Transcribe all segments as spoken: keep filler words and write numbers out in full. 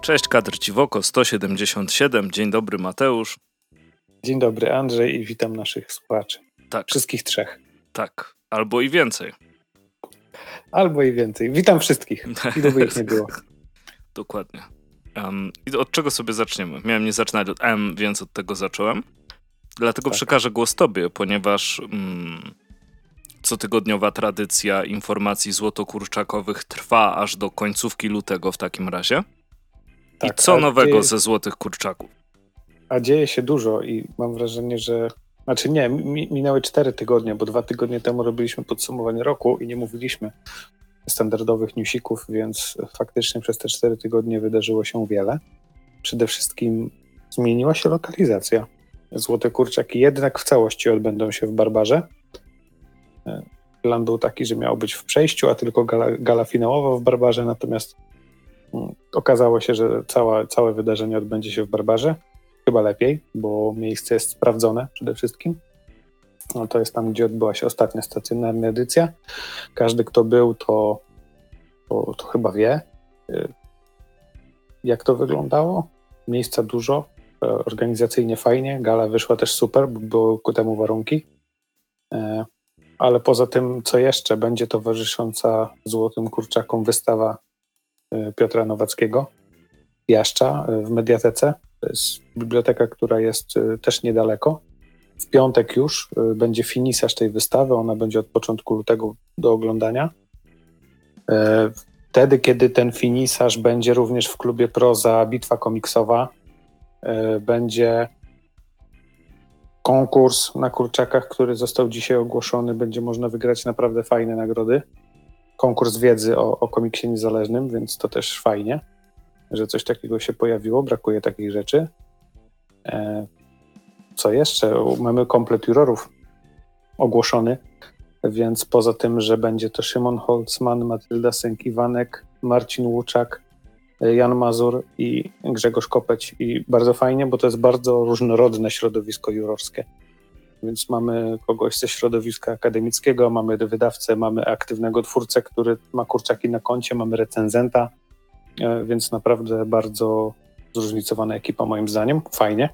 Cześć, kadr Ciwoko sto siedemdziesiąt siedem. Dzień dobry, Mateusz. Dzień dobry, Andrzej, i witam naszych słuchaczy. Tak. Wszystkich trzech. Tak, albo i więcej. Albo i więcej. Witam wszystkich. Ilu by ich nie było. Dokładnie. Um, I od czego sobie zaczniemy? Miałem nie zaczynać od M, więc od tego zacząłem. Dlatego tak. Przekażę głos tobie, ponieważ mm, cotygodniowa tradycja informacji złotokurczakowych trwa aż do końcówki lutego w takim razie. Tak, I co nowego dzieje... ze złotych kurczaków? A dzieje się dużo i mam wrażenie, że... Znaczy nie, mi, minęły cztery tygodnie, bo dwa tygodnie temu robiliśmy podsumowanie roku i nie mówiliśmy standardowych newsików, więc faktycznie przez te cztery tygodnie wydarzyło się wiele. Przede wszystkim zmieniła się lokalizacja. Złote kurczaki jednak w całości odbędą się w Barbarze. Plan był taki, że miał być w Przejściu, a tylko gala, gala finałowa w Barbarze, natomiast um, okazało się, że cała, całe wydarzenie odbędzie się w Barbarze. Chyba lepiej, bo miejsce jest sprawdzone przede wszystkim. No, to jest tam, gdzie odbyła się ostatnia stacjonarna edycja. Każdy, kto był, to, to, to chyba wie, jak to wyglądało. Miejsca dużo, organizacyjnie fajnie, gala wyszła też super, bo były ku temu warunki. Ale poza tym, co jeszcze, będzie towarzysząca Złotym Kurczakom wystawa Piotra Nowackiego, Jaszcza w Mediatece. To jest biblioteka, która jest też niedaleko. W piątek już będzie finisaż tej wystawy. Ona będzie od początku lutego do oglądania. Wtedy, kiedy ten finisaż będzie również w klubie Proza Bitwa Komiksowa, będzie konkurs na kurczakach, który został dzisiaj ogłoszony. Będzie można wygrać naprawdę fajne nagrody. Konkurs wiedzy o, o komiksie niezależnym, więc to też fajnie, że coś takiego się pojawiło. Brakuje takich rzeczy. E, co jeszcze? Mamy komplet jurorów ogłoszony, więc poza tym, że będzie to Szymon Holzman, Matylda Sęk-Iwanek, Marcin Łuczak, Jan Mazur i Grzegorz Kopeć. I bardzo fajnie, bo to jest bardzo różnorodne środowisko jurorskie. Więc mamy kogoś ze środowiska akademickiego, mamy wydawcę, mamy aktywnego twórcę, który ma kurczaki na koncie, mamy recenzenta, więc naprawdę bardzo zróżnicowana ekipa moim zdaniem. Fajnie.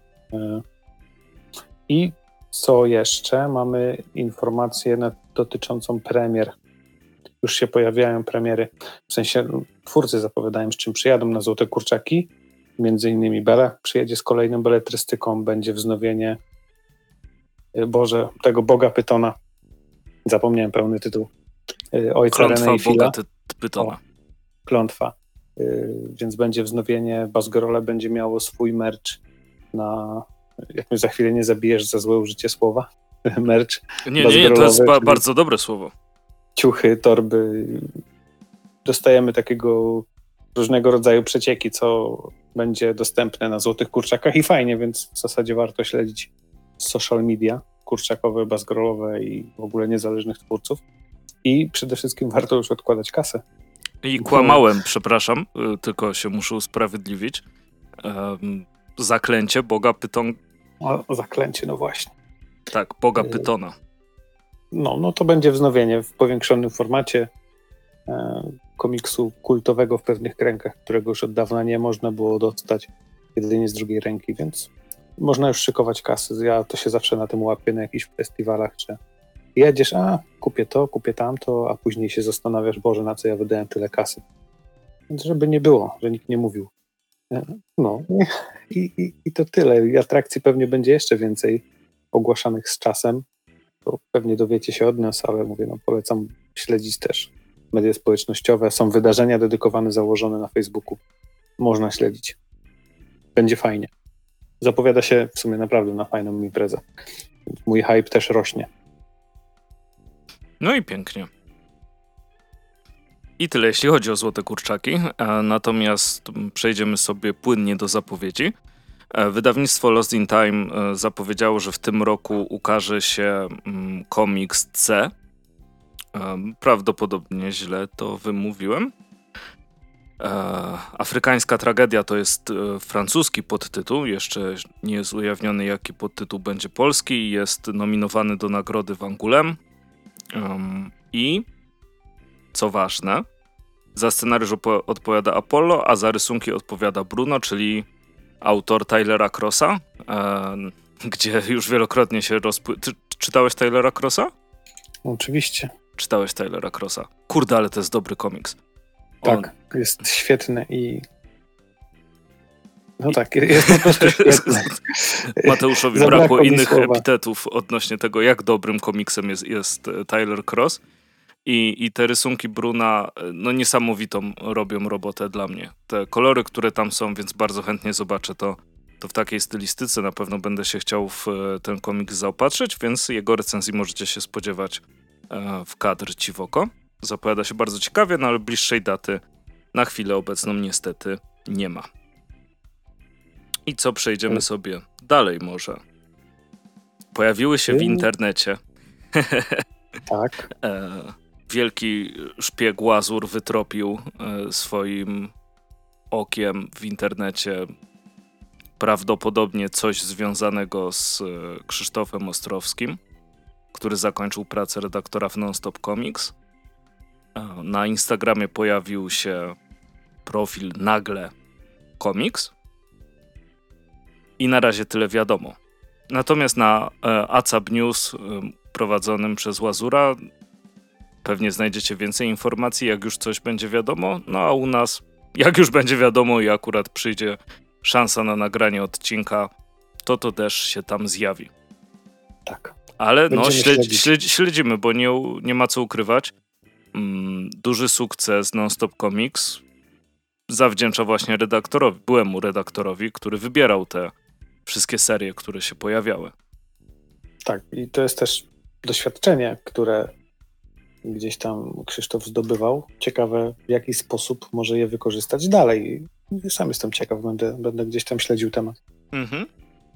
I co jeszcze? Mamy informację dotyczącą premier. Już się pojawiają premiery. W sensie twórcy zapowiadają, z czym przyjadą na Złote Kurczaki. Między innymi Bela przyjedzie z kolejną beletrystyką. Będzie wznowienie Boże, tego Boga Pytona. Zapomniałem pełny tytuł. Ojca Klątwa René i Fila. Boga Pytona. O, Klątwa. Więc będzie wznowienie. Basgerole będzie miało swój merch na... Jak mnie za chwilę nie zabijesz za złe użycie słowa. Merch. Nie, nie, nie, to jest ba- bardzo dobre słowo. Ciuchy, torby. Dostajemy takiego różnego rodzaju przecieki, co będzie dostępne na Złotych Kurczakach i fajnie, więc w zasadzie warto śledzić social media kurczakowe, basgerolowe i w ogóle niezależnych twórców. I przede wszystkim warto już odkładać kasę. I kłamałem, przepraszam, tylko się muszę usprawiedliwić. Um, zaklęcie Boga Pyton... O, zaklęcie, no właśnie. Tak, Boga Pytona. No, no to będzie wznowienie w powiększonym formacie e, komiksu kultowego w pewnych kręgach, którego już od dawna nie można było dostać jedynie z drugiej ręki, więc można już szykować kasy. Ja to się zawsze na tym łapię na jakichś festiwalach, że jedziesz, a kupię to, kupię tamto, a później się zastanawiasz, Boże, na co ja wydałem tyle kasy. Więc żeby nie było, że nikt nie mówił. No i, i, i to tyle. I atrakcji pewnie będzie jeszcze więcej ogłaszanych z czasem. To pewnie dowiecie się od nas, ale mówię, no polecam śledzić też media społecznościowe. Są wydarzenia dedykowane, założone na Facebooku. Można śledzić. Będzie fajnie. Zapowiada się w sumie naprawdę na fajną imprezę. Mój hype też rośnie. No i pięknie. I tyle, jeśli chodzi o Złote Kurczaki. Natomiast przejdziemy sobie płynnie do zapowiedzi. Wydawnictwo Lost in Time zapowiedziało, że w tym roku ukaże się komiks C. Prawdopodobnie źle to wymówiłem. Afrykańska tragedia to jest francuski podtytuł. Jeszcze nie jest ujawniony, jaki podtytuł będzie polski. Jest nominowany do nagrody w Angoulême. I co ważne, Za scenariusz opo- odpowiada Apollo, a za rysunki odpowiada Bruno, czyli autor Tylera Crossa, e, gdzie już wielokrotnie się rozpły... Ty czytałeś Tylera Crossa? Oczywiście. Czytałeś Tylera Crossa. Kurde, ale to jest dobry komiks. On... Tak, jest świetny i... No tak, jest po prostu świetny. Mateuszowi brakło innych słowa. epitetów odnośnie tego, jak dobrym komiksem jest, jest Tyler Cross. I, I te rysunki Bruna no niesamowitą robią robotę dla mnie. Te kolory, które tam są, więc bardzo chętnie zobaczę to, to w takiej stylistyce. Na pewno będę się chciał w ten komiks zaopatrzyć, więc jego recenzji możecie się spodziewać w kadr ci w oko. Zapowiada się bardzo ciekawie, no ale bliższej daty na chwilę obecną niestety nie ma. I co, przejdziemy sobie dalej może. Pojawiły się w internecie tak. e, wielki szpieg Łazur wytropił e, swoim okiem w internecie prawdopodobnie coś związanego z e, Krzysztofem Ostrowskim, który zakończył pracę redaktora w Non-Stop Comics. E, na Instagramie pojawił się profil Nagle Comics. I na razie tyle wiadomo. Natomiast na e, A C A B News e, prowadzonym przez Łazura pewnie znajdziecie więcej informacji, jak już coś będzie wiadomo. No a u nas, jak już będzie wiadomo i akurat przyjdzie szansa na nagranie odcinka, to to też się tam zjawi. Tak. Ale no śledzi, śledzi, śledzimy, bo nie, nie ma co ukrywać. Mm, duży sukces Non-Stop Comics zawdzięcza właśnie redaktorowi, byłemu redaktorowi, który wybierał te wszystkie serie, które się pojawiały. Tak, i to jest też doświadczenie, które gdzieś tam Krzysztof zdobywał. Ciekawe, w jaki sposób może je wykorzystać dalej. Sam jestem ciekaw, będę, będę gdzieś tam śledził temat. Mhm.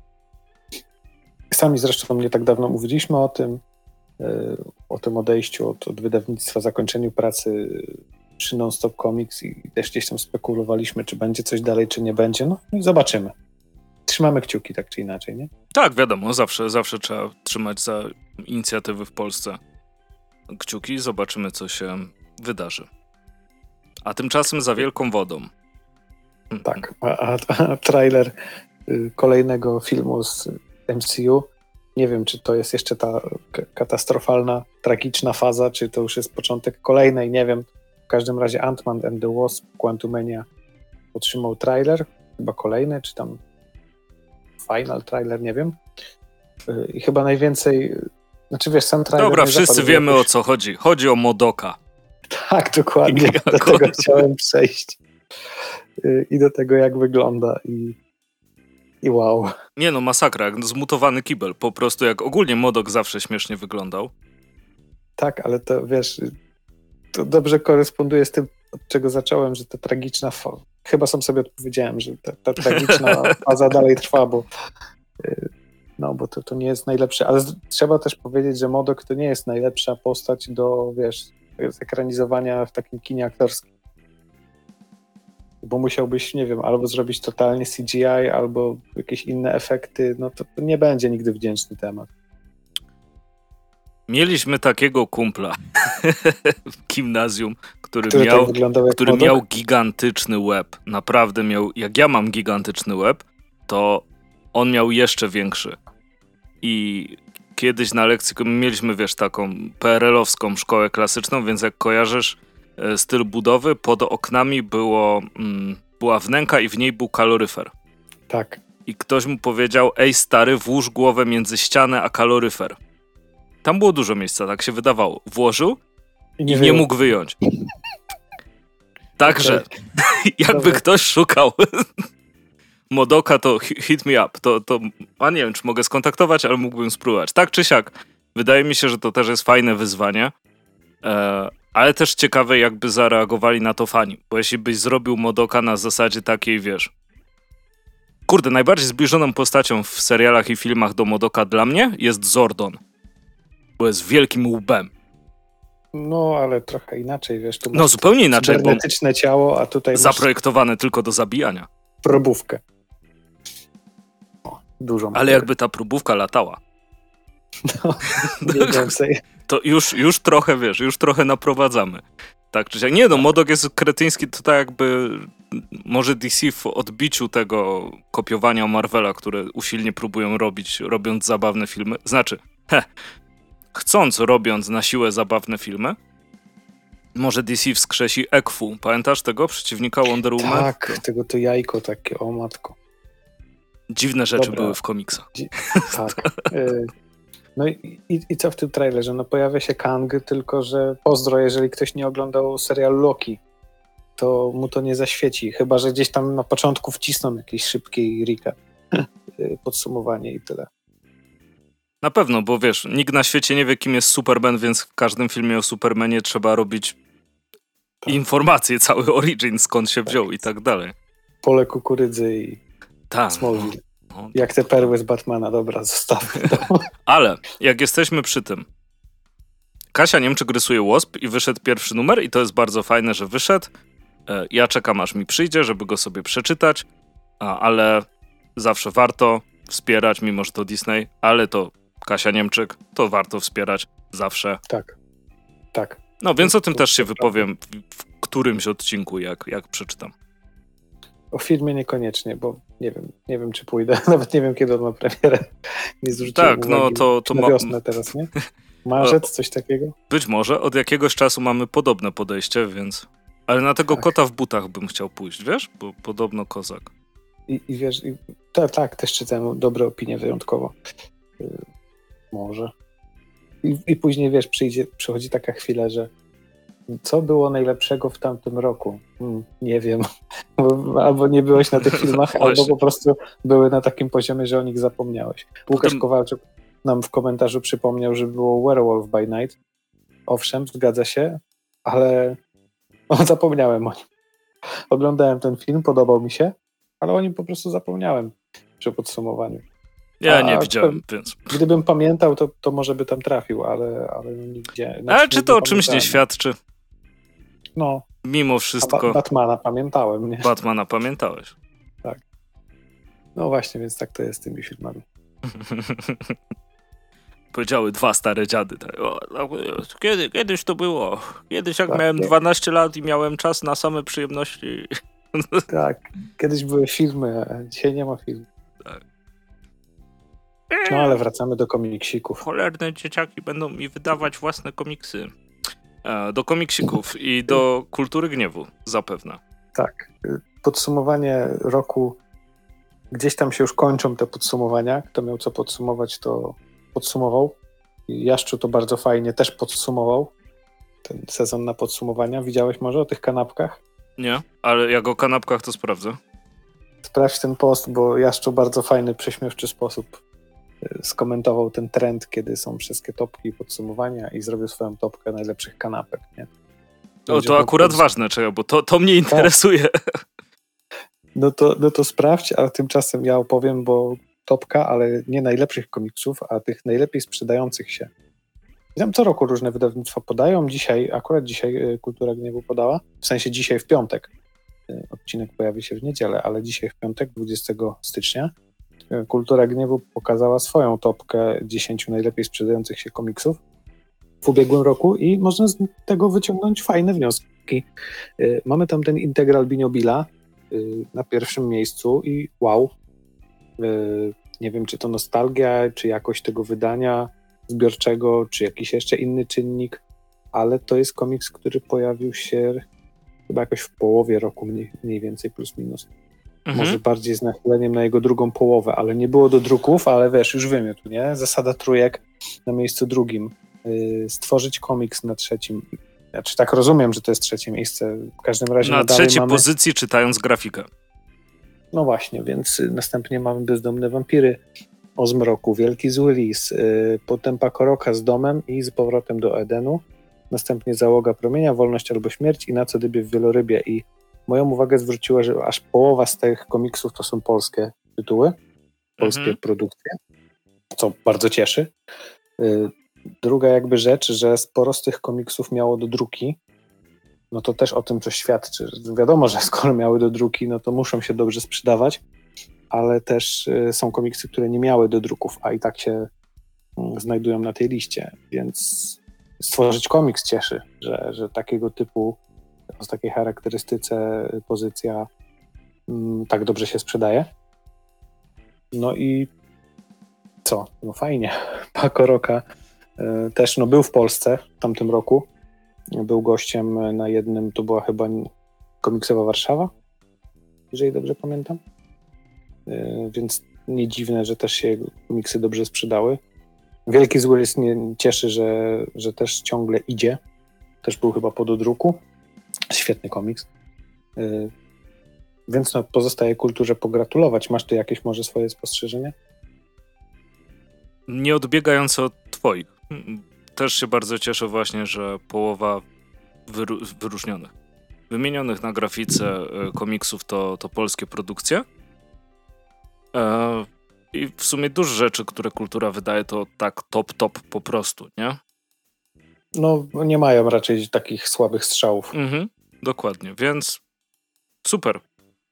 Sami zresztą nie tak dawno mówiliśmy o tym, o tym odejściu od, od wydawnictwa, zakończeniu pracy przy Non-Stop Comics i też gdzieś tam spekulowaliśmy, czy będzie coś dalej, czy nie będzie. No i zobaczymy. Trzymamy kciuki tak czy inaczej, nie? Tak, wiadomo, zawsze, zawsze trzeba trzymać za inicjatywy w Polsce kciuki. Zobaczymy, co się wydarzy. A tymczasem za wielką wodą. Tak, a, a, a trailer y, kolejnego filmu z M C U. Nie wiem, czy to jest jeszcze ta k- katastrofalna, tragiczna faza, czy to już jest początek kolejnej, nie wiem. W każdym razie Ant-Man and the Wasp Quantumania otrzymał trailer, chyba kolejny, czy tam final trailer, nie wiem. I chyba najwięcej, znaczy wiesz, sam trailer... Dobra, wszyscy wiemy jakoś... o co chodzi. Chodzi o Modoka. Tak, dokładnie. I do tego chciałem przejść. I do tego, jak wygląda i, i wow. Nie no, masakra, jak zmutowany kibel. Po prostu jak ogólnie Modok zawsze śmiesznie wyglądał. Tak, ale to wiesz, to dobrze koresponduje z tym, od czego zacząłem, że ta tragiczna fa- chyba sam sobie odpowiedziałem, że ta, ta tragiczna faza dalej trwa, bo no, bo to, to nie jest najlepsze, ale z, trzeba też powiedzieć, że Modok to nie jest najlepsza postać do, wiesz, zekranizowania w takim kinie aktorskim. Bo musiałbyś, nie wiem, albo zrobić totalnie C G I, albo jakieś inne efekty, no to, to nie będzie nigdy wdzięczny temat. Mieliśmy takiego kumpla w gimnazjum, który, który, miał, który miał gigantyczny łeb. Naprawdę miał, jak ja mam gigantyczny łeb, to on miał jeszcze większy. I kiedyś na lekcji mieliśmy, wiesz, taką P R L-owską szkołę klasyczną, więc jak kojarzysz e, styl budowy, pod oknami było, mm, była wnęka i w niej był kaloryfer. Tak. I ktoś mu powiedział, ej stary, włóż głowę między ścianę a kaloryfer. Tam było dużo miejsca, tak się wydawało. Włożył i nie, i nie mógł wyjąć. Także, okay. jakby Dobra. ktoś szukał Modoka, to hit me up. To, to, a nie wiem, czy mogę skontaktować, ale mógłbym spróbować. Tak czy siak, wydaje mi się, że to też jest fajne wyzwanie, e, ale też ciekawe, jakby zareagowali na to fani. Bo jeśli byś zrobił Modoka na zasadzie takiej, wiesz... Kurde, najbardziej zbliżoną postacią w serialach i filmach do Modoka dla mnie jest Zordon. Bo jest wielkim łbem. No, ale trochę inaczej, wiesz. Tu no, zupełnie inaczej. Cybernetyczne ciało, a tutaj zaprojektowane tylko do zabijania. Probówkę. O, dużo. Ale jakby ta próbówka latała. No, nie więcej. To już, już trochę, wiesz, już trochę naprowadzamy. Tak czy siak. Nie no, M O D O K jest kretyński, to tak jakby może D C w odbiciu tego kopiowania Marvela, które usilnie próbują robić, robiąc zabawne filmy. Znaczy, he, chcąc robiąc na siłę zabawne filmy, może D C wskrzesi Ekfu. Pamiętasz tego? Przeciwnika Wonder Woman? Tak, tego to jajko takie, o matko. Dziwne rzeczy Dobra. były w komiksach. Dzi- tak. Y, No i, i, i co w tym trailerze? No pojawia się Kang, tylko że pozdro, jeżeli ktoś nie oglądał serialu Loki, to mu to nie zaświeci. Chyba że gdzieś tam na początku wcisną jakieś szybkie recap, y, podsumowanie i tyle. Na pewno, bo wiesz, nikt na świecie nie wie, kim jest Superman, więc w każdym filmie o Supermanie trzeba robić Tak. informacje, cały origin, skąd się Tak. wziął i tak dalej. Pole kukurydzy i Tak. Smallville. No, Jak te perły z Batmana, dobra, zostawmy to. ale jak jesteśmy przy tym, Kasia Niemczyk rysuje Wasp i wyszedł pierwszy numer i to jest bardzo fajne, że wyszedł. E, Ja czekam, aż mi przyjdzie, żeby go sobie przeczytać, a, ale zawsze warto wspierać, mimo że to Disney, ale to Kasia Niemczyk, to warto wspierać zawsze. Tak, tak. No więc o tym To- też się to wypowiem w, w którymś odcinku, jak, jak przeczytam. O filmie niekoniecznie, bo nie wiem, nie wiem czy pójdę, nawet nie wiem kiedy on ma premierę. Nie zwróciłem Tak, no uwagi. to- to na ma- wiosnę teraz, nie? Marzec, coś takiego? Być może od jakiegoś czasu mamy podobne podejście, więc... Ale na tego Tak. kota w butach bym chciał pójść, wiesz? Bo podobno kozak. I, i wiesz, i, tak, tak, też czytałem dobre opinie wyjątkowo. Y, może. I, I później, wiesz, przyjdzie, przychodzi taka chwila, że co było najlepszego w tamtym roku? Hmm, nie wiem. Albo nie byłeś na tych filmach, albo Właśnie. po prostu były na takim poziomie, że o nich zapomniałeś. Łukasz Potem- Kowalczyk nam w komentarzu przypomniał, że było Werewolf by Night. Owszem, zgadza się, ale o, zapomniałem o nim. Oglądałem ten film, podobał mi się, ale o nim po prostu zapomniałem przy podsumowaniu. Ja A, nie a widziałem, więc... Gdybym pamiętał, to, to może by tam trafił, ale, ale nigdzie. Ale znaczy, czy to o czymś nie pamiętałem. świadczy? No, Mimo a wszystko ba- Batmana pamiętałem, nie? Batmana pamiętałeś. No właśnie, więc tak to jest z tymi filmami. Powiedziały dwa stare dziady. Tak. O, no, kiedy, kiedyś to było. Kiedyś jak Tak, miałem nie? dwanaście lat i miałem czas na same przyjemności. Tak, kiedyś były filmy, a dzisiaj nie ma filmu. No ale wracamy do komiksików. Cholerne dzieciaki będą mi wydawać własne komiksy. E, do komiksików i do kultury gniewu, zapewne. Tak, podsumowanie roku, gdzieś tam się już kończą te podsumowania. Kto miał co podsumować, to podsumował. I Jaszczu to bardzo fajnie też podsumował ten sezon na podsumowania. Widziałeś może o tych kanapkach? Nie? Ale jak o kanapkach to sprawdzę. Sprawdź ten post, bo Jaszczu bardzo fajny, prześmiewczy sposób y, skomentował ten trend, kiedy są wszystkie topki i podsumowania i zrobił swoją topkę najlepszych kanapek. Nie? O, Będzie to mógł akurat pods- ważne, czego, bo to, to mnie interesuje. No to, no to sprawdź, a tymczasem ja opowiem, bo topka, ale nie najlepszych komiksów, a tych najlepiej sprzedających się. I tam co roku różne wydawnictwa podają. Dzisiaj, akurat dzisiaj y, Kultura Gniewu podała, w sensie dzisiaj w piątek. Y, Odcinek pojawi się w niedzielę, ale dzisiaj w piątek, dwudziestego stycznia, y, Kultura Gniewu pokazała swoją topkę dziesięciu najlepiej sprzedających się komiksów w ubiegłym roku i można z tego wyciągnąć fajne wnioski. Y, Mamy tam ten integral Biniobila y, na pierwszym miejscu i wow. Y, Nie wiem, czy to nostalgia, czy jakość tego wydania zbiorczego, czy jakiś jeszcze inny czynnik, ale to jest komiks, który pojawił się chyba jakoś w połowie roku, mniej, mniej więcej plus minus. Mhm. Może bardziej z nachyleniem na jego drugą połowę, ale nie było do druków, ale wiesz, już wymiótł, nie? Zasada trójek na miejscu drugim. Yy, stworzyć komiks na trzecim. Znaczy tak rozumiem, że to jest trzecie miejsce. W każdym razie Na no dalej trzeciej mamy... pozycji czytając grafikę. No właśnie, więc y, następnie mamy Bezdomne Wampiry o zmroku, Wielki Zły Lis, y, potem Pakoroka z domem i z powrotem do Edenu, następnie Załoga Promienia, Wolność albo Śmierć i Na co dybie w Wielorybie. I moją uwagę zwróciła, że aż połowa z tych komiksów to są polskie tytuły, polskie Mhm. produkcje, co bardzo cieszy. Y, druga jakby rzecz, że sporo z tych komiksów miało do druki, no to też o tym coś świadczy. Wiadomo, że skoro miały do druki, no to muszą się dobrze sprzedawać, ale też y, są komiksy, które nie miały do druków, a i tak się y, znajdują na tej liście, więc stworzyć komiks cieszy, że, że takiego typu, o takiej charakterystyce pozycja mm, tak dobrze się sprzedaje. No i co? No fajnie. Paco Roca y, też no, był w Polsce w tamtym roku. Był gościem na jednym, to była chyba komiksowa Warszawa, jeżeli dobrze pamiętam. Y, więc nie dziwne, że też się jego komiksy dobrze sprzedały. Wielki Zły jest mnie cieszy, że, że też ciągle idzie. Też był chyba po dodruku. Świetny komiks. Y, więc no, pozostaje kulturze pogratulować. Masz ty jakieś może swoje spostrzeżenia? Nie odbiegając od twoich. Też się bardzo cieszę właśnie, że połowa wyru- wyróżnionych, wymienionych na grafice e, komiksów to, to polskie produkcje. E, I w sumie dużo rzeczy, które kultura wydaje, to tak top, top po prostu, nie? No, nie mają raczej takich słabych strzałów. Mhm, dokładnie, więc super.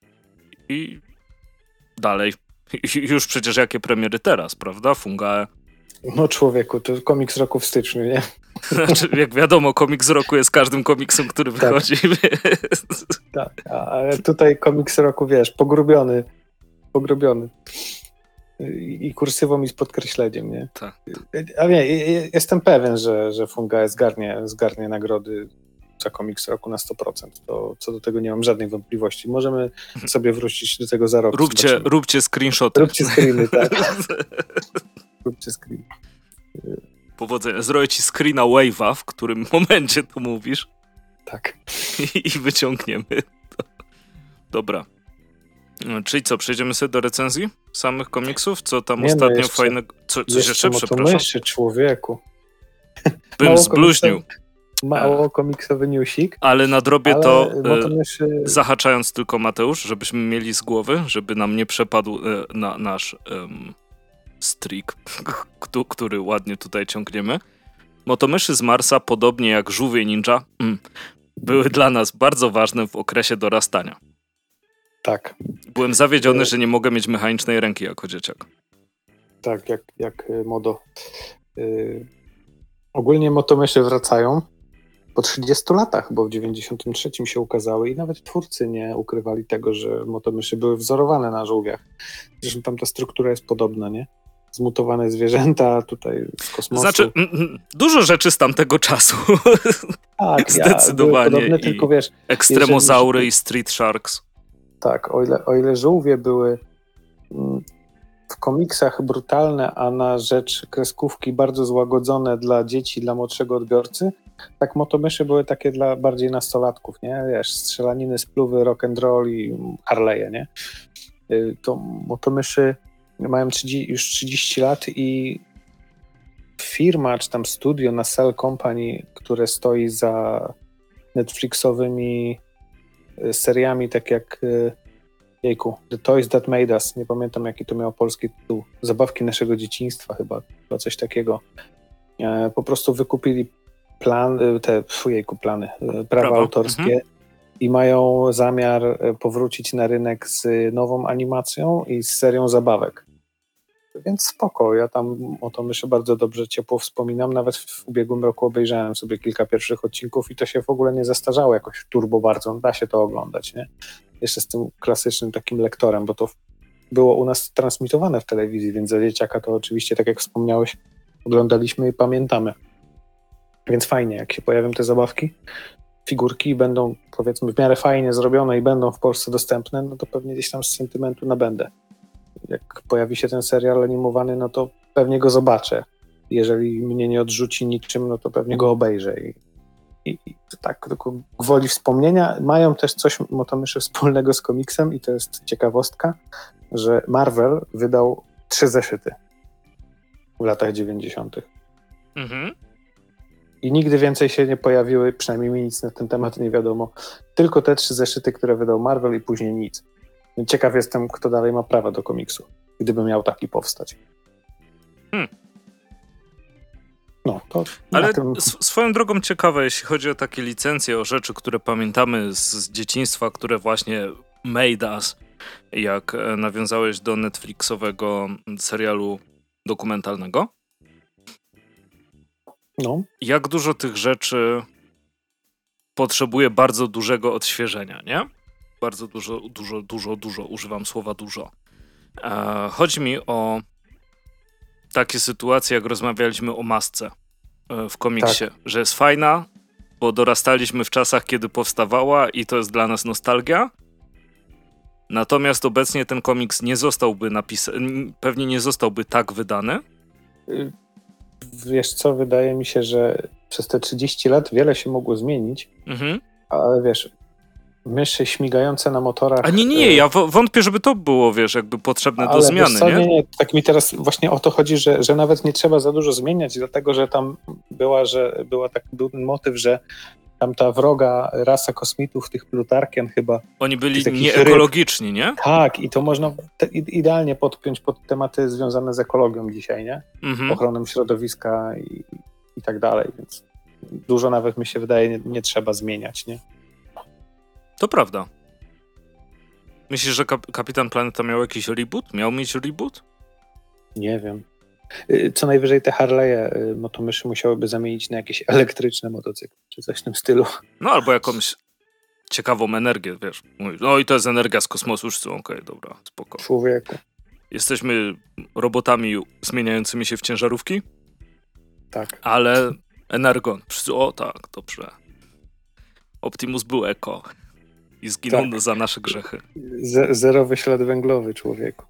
I dalej. I już przecież jakie premiery teraz, prawda? Fungae. No człowieku, to komiks roku w styczniu, nie? Znaczy, jak wiadomo, komiks roku jest każdym komiksem, który wychodzi. Tak, ale tutaj komiks roku, wiesz, pogrubiony, pogrubiony. I, i kursywą i z podkreśleniem, nie? Tak. A nie, jestem pewien, że, że Fungae zgarnie, zgarnie nagrody za komiks roku na sto procent. To co do tego nie mam żadnej wątpliwości. Możemy sobie wrócić do tego za rok. Róbcie, róbcie screenshoty. Róbcie screeny, tak. Róbcie screeny. Powodzenia. Zrobię ci screena wave'a, w którym momencie to mówisz. Tak. I, i wyciągniemy to. Dobra. No, czyli co, przejdziemy sobie do recenzji samych komiksów? Co tam Nie ostatnio no, jeszcze, fajnego... Co, coś jeszcze, jeszcze przepraszam? Jeszcze, człowieku. Bym Mało zbluźnił. Mało komiksowy newsik. Ale nadrobię ale to, e, myszy... zahaczając tylko Mateusz, żebyśmy mieli z głowy, żeby nam nie przepadł e, na nasz um, streak, który ładnie tutaj ciągniemy. Motomyszy z Marsa, podobnie jak żółwie ninja, mm, były dla nas bardzo ważne w okresie dorastania. Tak. Byłem zawiedziony, że nie mogę mieć mechanicznej ręki jako dzieciak. Tak, jak, jak Modo. Yy, ogólnie Motomyszy wracają po trzydziestu latach, bo w dziewięćdziesiątym trzecim się ukazały i nawet twórcy nie ukrywali tego, że Motomyszy były wzorowane na żółwiach. Zresztą tam ta struktura jest podobna, nie? Zmutowane zwierzęta tutaj z kosmosu. Znaczy, m, m, dużo rzeczy z tamtego czasu. Tak, zdecydowanie. Ja, podobne, tylko wiesz, ekstremozaury jeżeli... i street sharks. Tak, o ile, o ile żółwie były w komiksach brutalne, a na rzecz kreskówki bardzo złagodzone dla dzieci, dla młodszego odbiorcy, tak Motomyszy były takie dla bardziej nastolatków, nie? Wiesz, strzelaniny, spluwy, rock and roll i Harley'e, nie? To Motomyszy mają trzydzieści, już trzydzieści lat i firma, czy tam studio Nacelle Company, które stoi za Netflixowymi seriami, tak jak jejku, The Toys That Made Us, nie pamiętam jaki to miał polski tytuł, Zabawki naszego dzieciństwa chyba, chyba coś takiego. E, po prostu wykupili plan, te, jejku, plany, prawa Prawo. autorskie mhm. i mają zamiar powrócić na rynek z nową animacją i z serią zabawek. Więc spoko, ja tam o to myślę bardzo dobrze, ciepło wspominam, nawet w ubiegłym roku obejrzałem sobie kilka pierwszych odcinków i to się w ogóle nie zastarzało jakoś turbo bardzo, da się to oglądać, nie? Jeszcze z tym klasycznym takim lektorem, bo to było u nas transmitowane w telewizji, więc za dzieciaka to oczywiście, tak jak wspomniałeś, oglądaliśmy i pamiętamy. Więc fajnie, jak się pojawią te zabawki, figurki będą, powiedzmy, w miarę fajnie zrobione i będą w Polsce dostępne, no to pewnie gdzieś tam z sentymentu nabędę. Jak pojawi się ten serial animowany, no to pewnie go zobaczę. Jeżeli mnie nie odrzuci niczym, no to pewnie go obejrzę. I, i, i tak tylko gwoli wspomnienia. Mają też coś Motomyszy wspólnego z komiksem i to jest ciekawostka, że Marvel wydał trzy zeszyty w latach dziewięćdziesiątych. Mhm. I nigdy więcej się nie pojawiły, przynajmniej mi nic na ten temat nie wiadomo. Tylko te trzy zeszyty, które wydał Marvel i później nic. Ciekaw jestem, kto dalej ma prawa do komiksu, gdyby miał taki powstać. Hmm. No, to Ale tym... swoją drogą ciekawe, jeśli chodzi o takie licencje, o rzeczy, które pamiętamy z, z dzieciństwa, które właśnie made us, jak nawiązałeś do Netflixowego serialu dokumentalnego. No. Jak dużo tych rzeczy potrzebuje bardzo dużego odświeżenia, nie? Bardzo dużo, dużo, dużo, dużo. Używam słowa dużo. E, chodzi mi o takie sytuacje, jak rozmawialiśmy o masce w komiksie, tak. Że jest fajna, bo dorastaliśmy w czasach, kiedy powstawała i to jest dla nas nostalgia. Natomiast obecnie ten komiks nie zostałby napisany, pewnie nie zostałby tak wydany. Wiesz co, wydaje mi się, że przez te trzydzieści lat wiele się mogło zmienić, mhm. ale wiesz, myszy śmigające na motorach... A nie, nie, nie, ja wątpię, żeby to było, wiesz, jakby potrzebne ale do zmiany, co, nie? nie? Nie, tak mi teraz właśnie o to chodzi, że, że nawet nie trzeba za dużo zmieniać, dlatego, że tam była, że była tak, był ten motyw, że tam ta wroga rasa kosmitów, tych Plutarkian chyba... Oni byli nieekologiczni, nie? Tak, i to można te, idealnie podpiąć pod tematy związane z ekologią dzisiaj, nie? Mhm. Ochroną środowiska i, i tak dalej, więc dużo nawet mi się wydaje nie, nie trzeba zmieniać, nie? To prawda. Myślisz, że kap- Kapitan Planeta miał jakiś reboot? Miał mieć reboot? Nie wiem. Co najwyżej te Harley'e, motomyszy musiałyby zamienić na jakieś elektryczne motocykle, czy coś w tym stylu. No albo jakąś ciekawą energię, wiesz. No i to jest energia z kosmosu, już co? Okej, okay, dobra, spoko. Człowieku. Jesteśmy robotami zmieniającymi się w ciężarówki? Tak. Ale Energon. O tak, dobrze. Optimus był eko. I zginął tak. za nasze grzechy. Z- zerowy ślad węglowy, człowieku.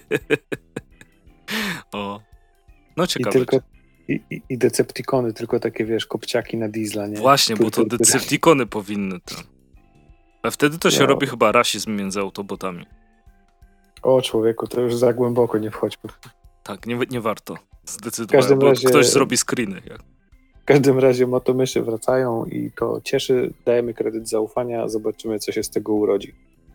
O. No ciekawe. I, tylko, i, I Decepticony, tylko takie, wiesz, kopciaki na diesla, nie? Właśnie, bo to Decepticony powinny to. A wtedy to się no. robi chyba rasizm między autobotami. O człowieku, to już za głęboko nie wchodźmy. Tak, nie, nie warto. Zdecydowanie, bo razie... ktoś zrobi screeny. Jak... W każdym razie motomyszy wracają i to cieszy, dajemy kredyt zaufania, zobaczymy, co się z tego urodzi.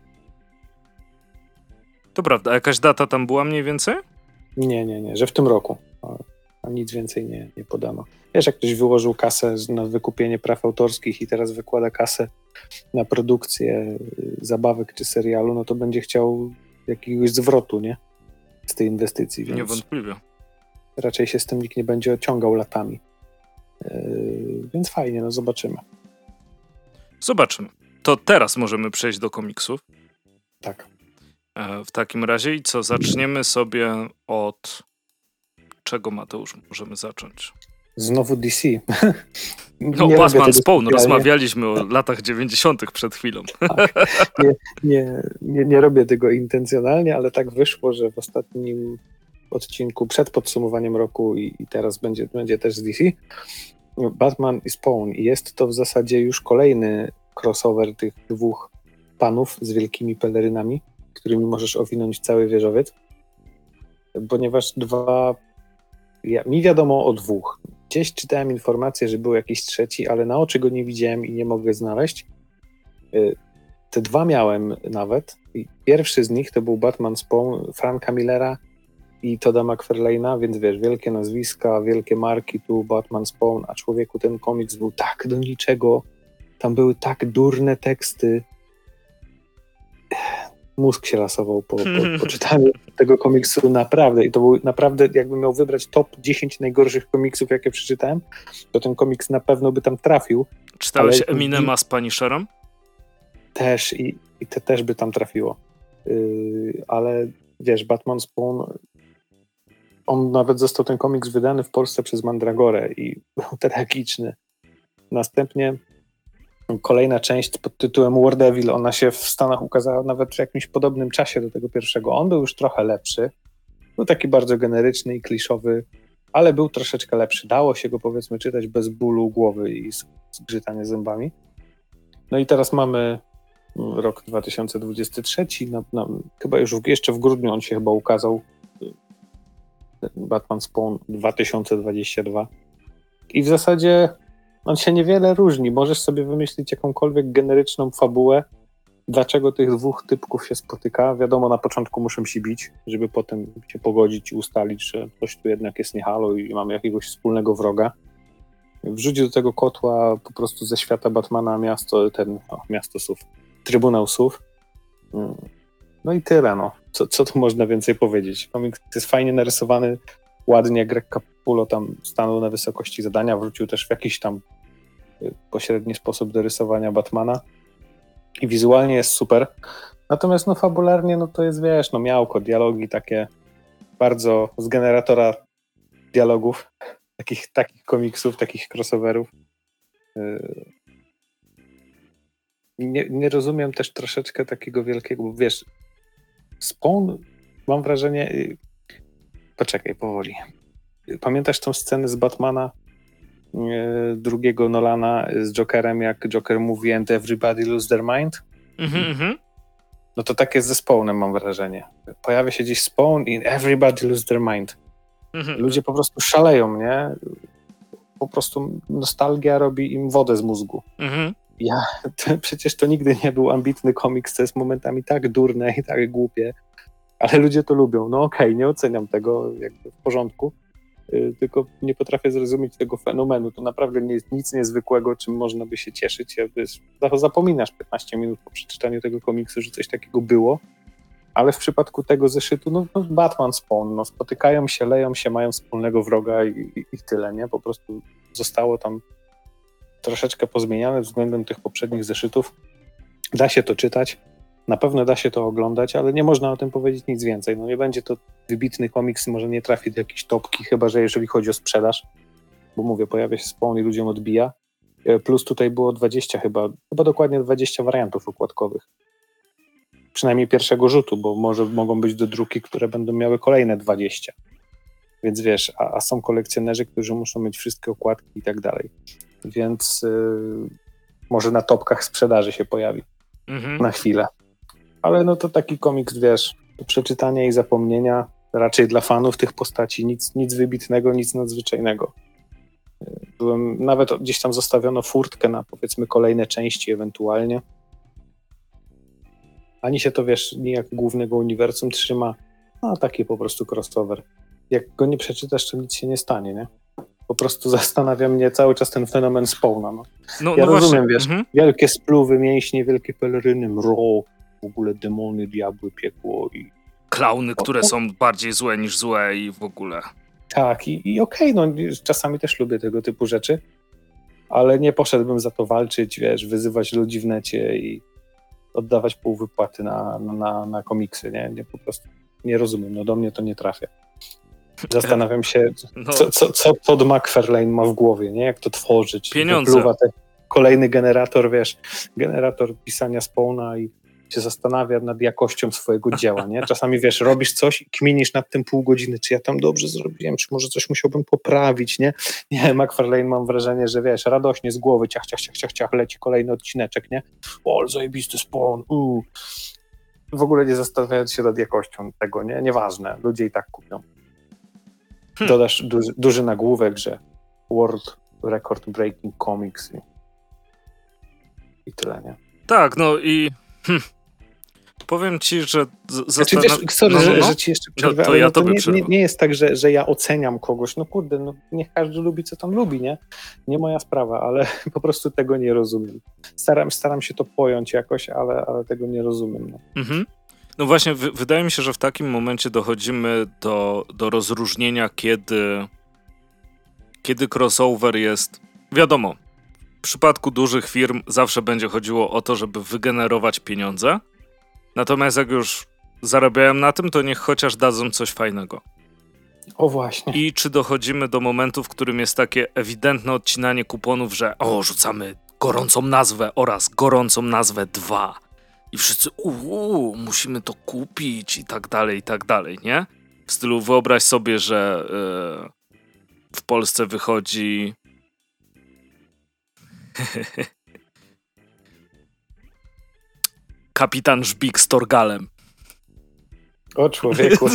To prawda, a jakaś data tam była mniej więcej? Nie, nie, nie, że w tym roku. A nic więcej nie, nie podano. Wiesz, jak ktoś wyłożył kasę na wykupienie praw autorskich i teraz wykłada kasę na produkcję zabawek czy serialu, no to będzie chciał jakiegoś zwrotu, nie? Z tej inwestycji. Więc niewątpliwie. Raczej się z tym nikt nie będzie ociągał latami. Yy, więc fajnie, no zobaczymy. Zobaczymy. To teraz możemy przejść do komiksów. Tak. W takim razie i co? Zaczniemy sobie od czego, Mateusz, możemy zacząć? Znowu D C. No, Batman Spawn. Rozmawialiśmy o latach dziewięćdziesiątych przed chwilą. Tak. Nie, nie, nie, nie robię tego intencjonalnie, ale tak wyszło, że w ostatnim odcinku przed podsumowaniem roku i, i teraz będzie, będzie też z D C Batman i Spawn. I jest to w zasadzie już kolejny crossover tych dwóch panów z wielkimi pelerynami, którymi możesz owinąć cały wieżowiec, ponieważ dwa... Ja, mi wiadomo o dwóch. Gdzieś czytałem informację, że był jakiś trzeci, ale na oczy go nie widziałem i nie mogę znaleźć. Te dwa miałem nawet. I pierwszy z nich to był Batman Spawn Franka Millera i Todda McFarlane'a, więc wiesz, wielkie nazwiska, wielkie marki, tu Batman Spawn, a człowieku ten komiks był tak do niczego, tam były tak durne teksty. Mózg się lasował po, po, po czytaniu tego komiksu naprawdę i to był naprawdę, jakbym miał wybrać top dziesięć najgorszych komiksów, jakie przeczytałem, to ten komiks na pewno by tam trafił. Czytałeś ale... Eminema z Punisherem? Też i, i te też by tam trafiło. Yy, ale wiesz, Batman Spawn, on nawet został ten komiks wydany w Polsce przez Mandragorę i był tragiczny. Następnie kolejna część pod tytułem War Devil, ona się w Stanach ukazała nawet w jakimś podobnym czasie do tego pierwszego. On był już trochę lepszy. Był taki bardzo generyczny i kliszowy, ale był troszeczkę lepszy. Dało się go, powiedzmy, czytać bez bólu głowy i zgrzytania zębami. No i teraz mamy rok dwa tysiące dwudziesty trzeci. No, no, chyba już w, jeszcze w grudniu on się chyba ukazał. Batman Spawn dwa tysiące dwudziesty drugi. I w zasadzie on się niewiele różni. Możesz sobie wymyślić jakąkolwiek generyczną fabułę, dlaczego tych dwóch typków się spotyka. Wiadomo, na początku muszą się bić, żeby potem się pogodzić i ustalić, że coś tu jednak jest nie halo i mamy jakiegoś wspólnego wroga. Wrzuć do tego kotła po prostu ze świata Batmana miasto, ten, o, miasto S U V, Trybunał S U V. No i tyle, no. Co, co tu można więcej powiedzieć? Komiks jest fajnie narysowany, ładnie, Greg Capullo tam stanął na wysokości zadania, wrócił też w jakiś tam pośredni sposób do rysowania Batmana i wizualnie jest super. Natomiast no fabularnie no to jest, wiesz, no miałko, dialogi takie bardzo z generatora dialogów, takich, takich komiksów, takich crossoverów. Nie, nie rozumiem też troszeczkę takiego wielkiego, bo wiesz, Spawn, mam wrażenie, poczekaj, powoli. Pamiętasz tą scenę z Batmana drugiego Nolana z Jokerem, jak Joker mówi and everybody lose their mind? Mhm, No to tak jest ze Spawnem, mam wrażenie. Pojawia się gdzieś Spawn i everybody lose their mind. mhm. Ludzie po prostu szaleją, nie? Po prostu nostalgia robi im wodę z mózgu. Mhm. Ja, to, przecież to nigdy nie był ambitny komiks, to jest momentami tak durne i tak głupie, ale ludzie to lubią. No okej, okay, nie oceniam tego jakby w porządku, yy, tylko nie potrafię zrozumieć tego fenomenu. To naprawdę nie jest nic niezwykłego, czym można by się cieszyć. Ja, wiesz, zapominasz piętnaście minut po przeczytaniu tego komiksu, że coś takiego było, ale w przypadku tego zeszytu, no, no Batman Spawn, no spotykają się, leją się, mają wspólnego wroga i, i, i tyle, nie? Po prostu zostało tam troszeczkę pozmieniane względem tych poprzednich zeszytów. Da się to czytać, na pewno da się to oglądać, ale nie można o tym powiedzieć nic więcej. No nie będzie to wybitny komiks, może nie trafi do jakiejś topki, chyba że jeżeli chodzi o sprzedaż, bo mówię, pojawia się Spawn i ludziom odbija. Plus tutaj było dwadzieścia chyba, chyba dokładnie dwadzieścia wariantów okładkowych. Przynajmniej pierwszego rzutu, bo może mogą być dodruki, które będą miały kolejne dwadzieścia. Więc wiesz, a, a są kolekcjonerzy, którzy muszą mieć wszystkie okładki i tak dalej. Więc yy, może na topkach sprzedaży się pojawi. Mhm. Na chwilę. Ale no to taki komiks, wiesz, do przeczytania i zapomnienia, raczej dla fanów tych postaci, nic, nic wybitnego, nic nadzwyczajnego. Byłem, nawet gdzieś tam zostawiono furtkę na, powiedzmy, kolejne części ewentualnie. Ani się to, wiesz, nijak głównego uniwersum trzyma, no taki po prostu crossover. Jak go nie przeczytasz, to nic się nie stanie, nie? Po prostu zastanawia mnie cały czas ten fenomen Spawna. No. No, ja no rozumiem, właśnie. wiesz, mhm. wielkie spluwy, mięśnie, wielkie peleryny, mro, w ogóle demony, diabły, piekło i... Klauny, które są bardziej złe niż złe i w ogóle. Tak, i, i okej, okay, no czasami też lubię tego typu rzeczy, ale nie poszedłbym za to walczyć, wiesz, wyzywać ludzi w necie i oddawać pół wypłaty na, na, na komiksy, nie? nie? Po prostu nie rozumiem, no do mnie to nie trafia. Zastanawiam się, no. co, co, co Todd McFarlane ma w głowie, nie? Jak to tworzyć. Pieniądze. Te, kolejny generator, wiesz, generator pisania Spawna i się zastanawia nad jakością swojego dzieła, nie? Czasami, wiesz, robisz coś i kminisz nad tym pół godziny, czy ja tam dobrze zrobiłem, czy może coś musiałbym poprawić, nie? Nie, McFarlane, mam wrażenie, że wiesz, radośnie z głowy, ciach, ciach, ciach, ciach, ciach, leci kolejny odcineczek, nie? O, zajebisty Spawn, uuu. W ogóle nie zastanawiając się nad jakością tego, nie? Nieważne, ludzie i tak kupią. Hmm. Dodasz duży, duży nagłówek, że World Record Breaking Comics i, i tyle, nie? Tak, no i hm, powiem ci, że z- znaczy, wiesz, sorry, no, no, no. że, że ci jeszcze przerwę, no, to ja no to tobie nie, nie, nie jest tak, że, że ja oceniam kogoś, no kurde, no niech każdy lubi, co tam lubi, nie? Nie moja sprawa, ale po prostu tego nie rozumiem. Staram, staram się to pojąć jakoś, ale, ale tego nie rozumiem. No. Mhm. No właśnie, w- wydaje mi się, że w takim momencie dochodzimy do, do rozróżnienia, kiedy, kiedy crossover jest... Wiadomo, w przypadku dużych firm zawsze będzie chodziło o to, żeby wygenerować pieniądze. Natomiast jak już zarabiają na tym, to niech chociaż dadzą coś fajnego. O właśnie. I czy dochodzimy do momentu, w którym jest takie ewidentne odcinanie kuponów, że o, rzucamy gorącą nazwę oraz gorącą nazwę dwa. I wszyscy uuu, musimy to kupić i tak dalej, i tak dalej, nie? W stylu wyobraź sobie, że yy, w Polsce wychodzi Kapitan Żbik z Torgalem. O człowieku.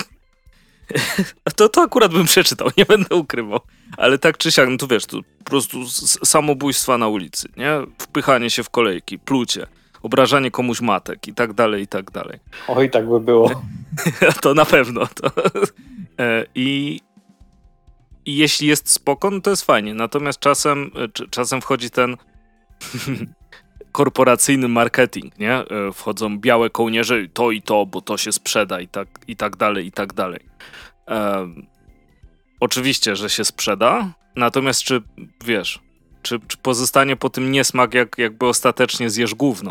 To, to akurat bym przeczytał, nie będę ukrywał. Ale tak czy siak, no to wiesz, to po prostu samobójstwa na ulicy, nie? Wpychanie się w kolejki, plucie, obrażanie komuś matek i tak dalej, i tak dalej. Oj, tak by było. To na pewno. To. I, I jeśli jest spoko, no to jest fajnie. Natomiast czasem, czasem wchodzi ten korporacyjny marketing, nie? Wchodzą białe kołnierze, to i to, bo to się sprzeda i tak, i tak dalej, i tak dalej. Um, Oczywiście, że się sprzeda, natomiast czy, wiesz, czy, czy pozostanie po tym niesmak, jak jakby ostatecznie zjesz gówno.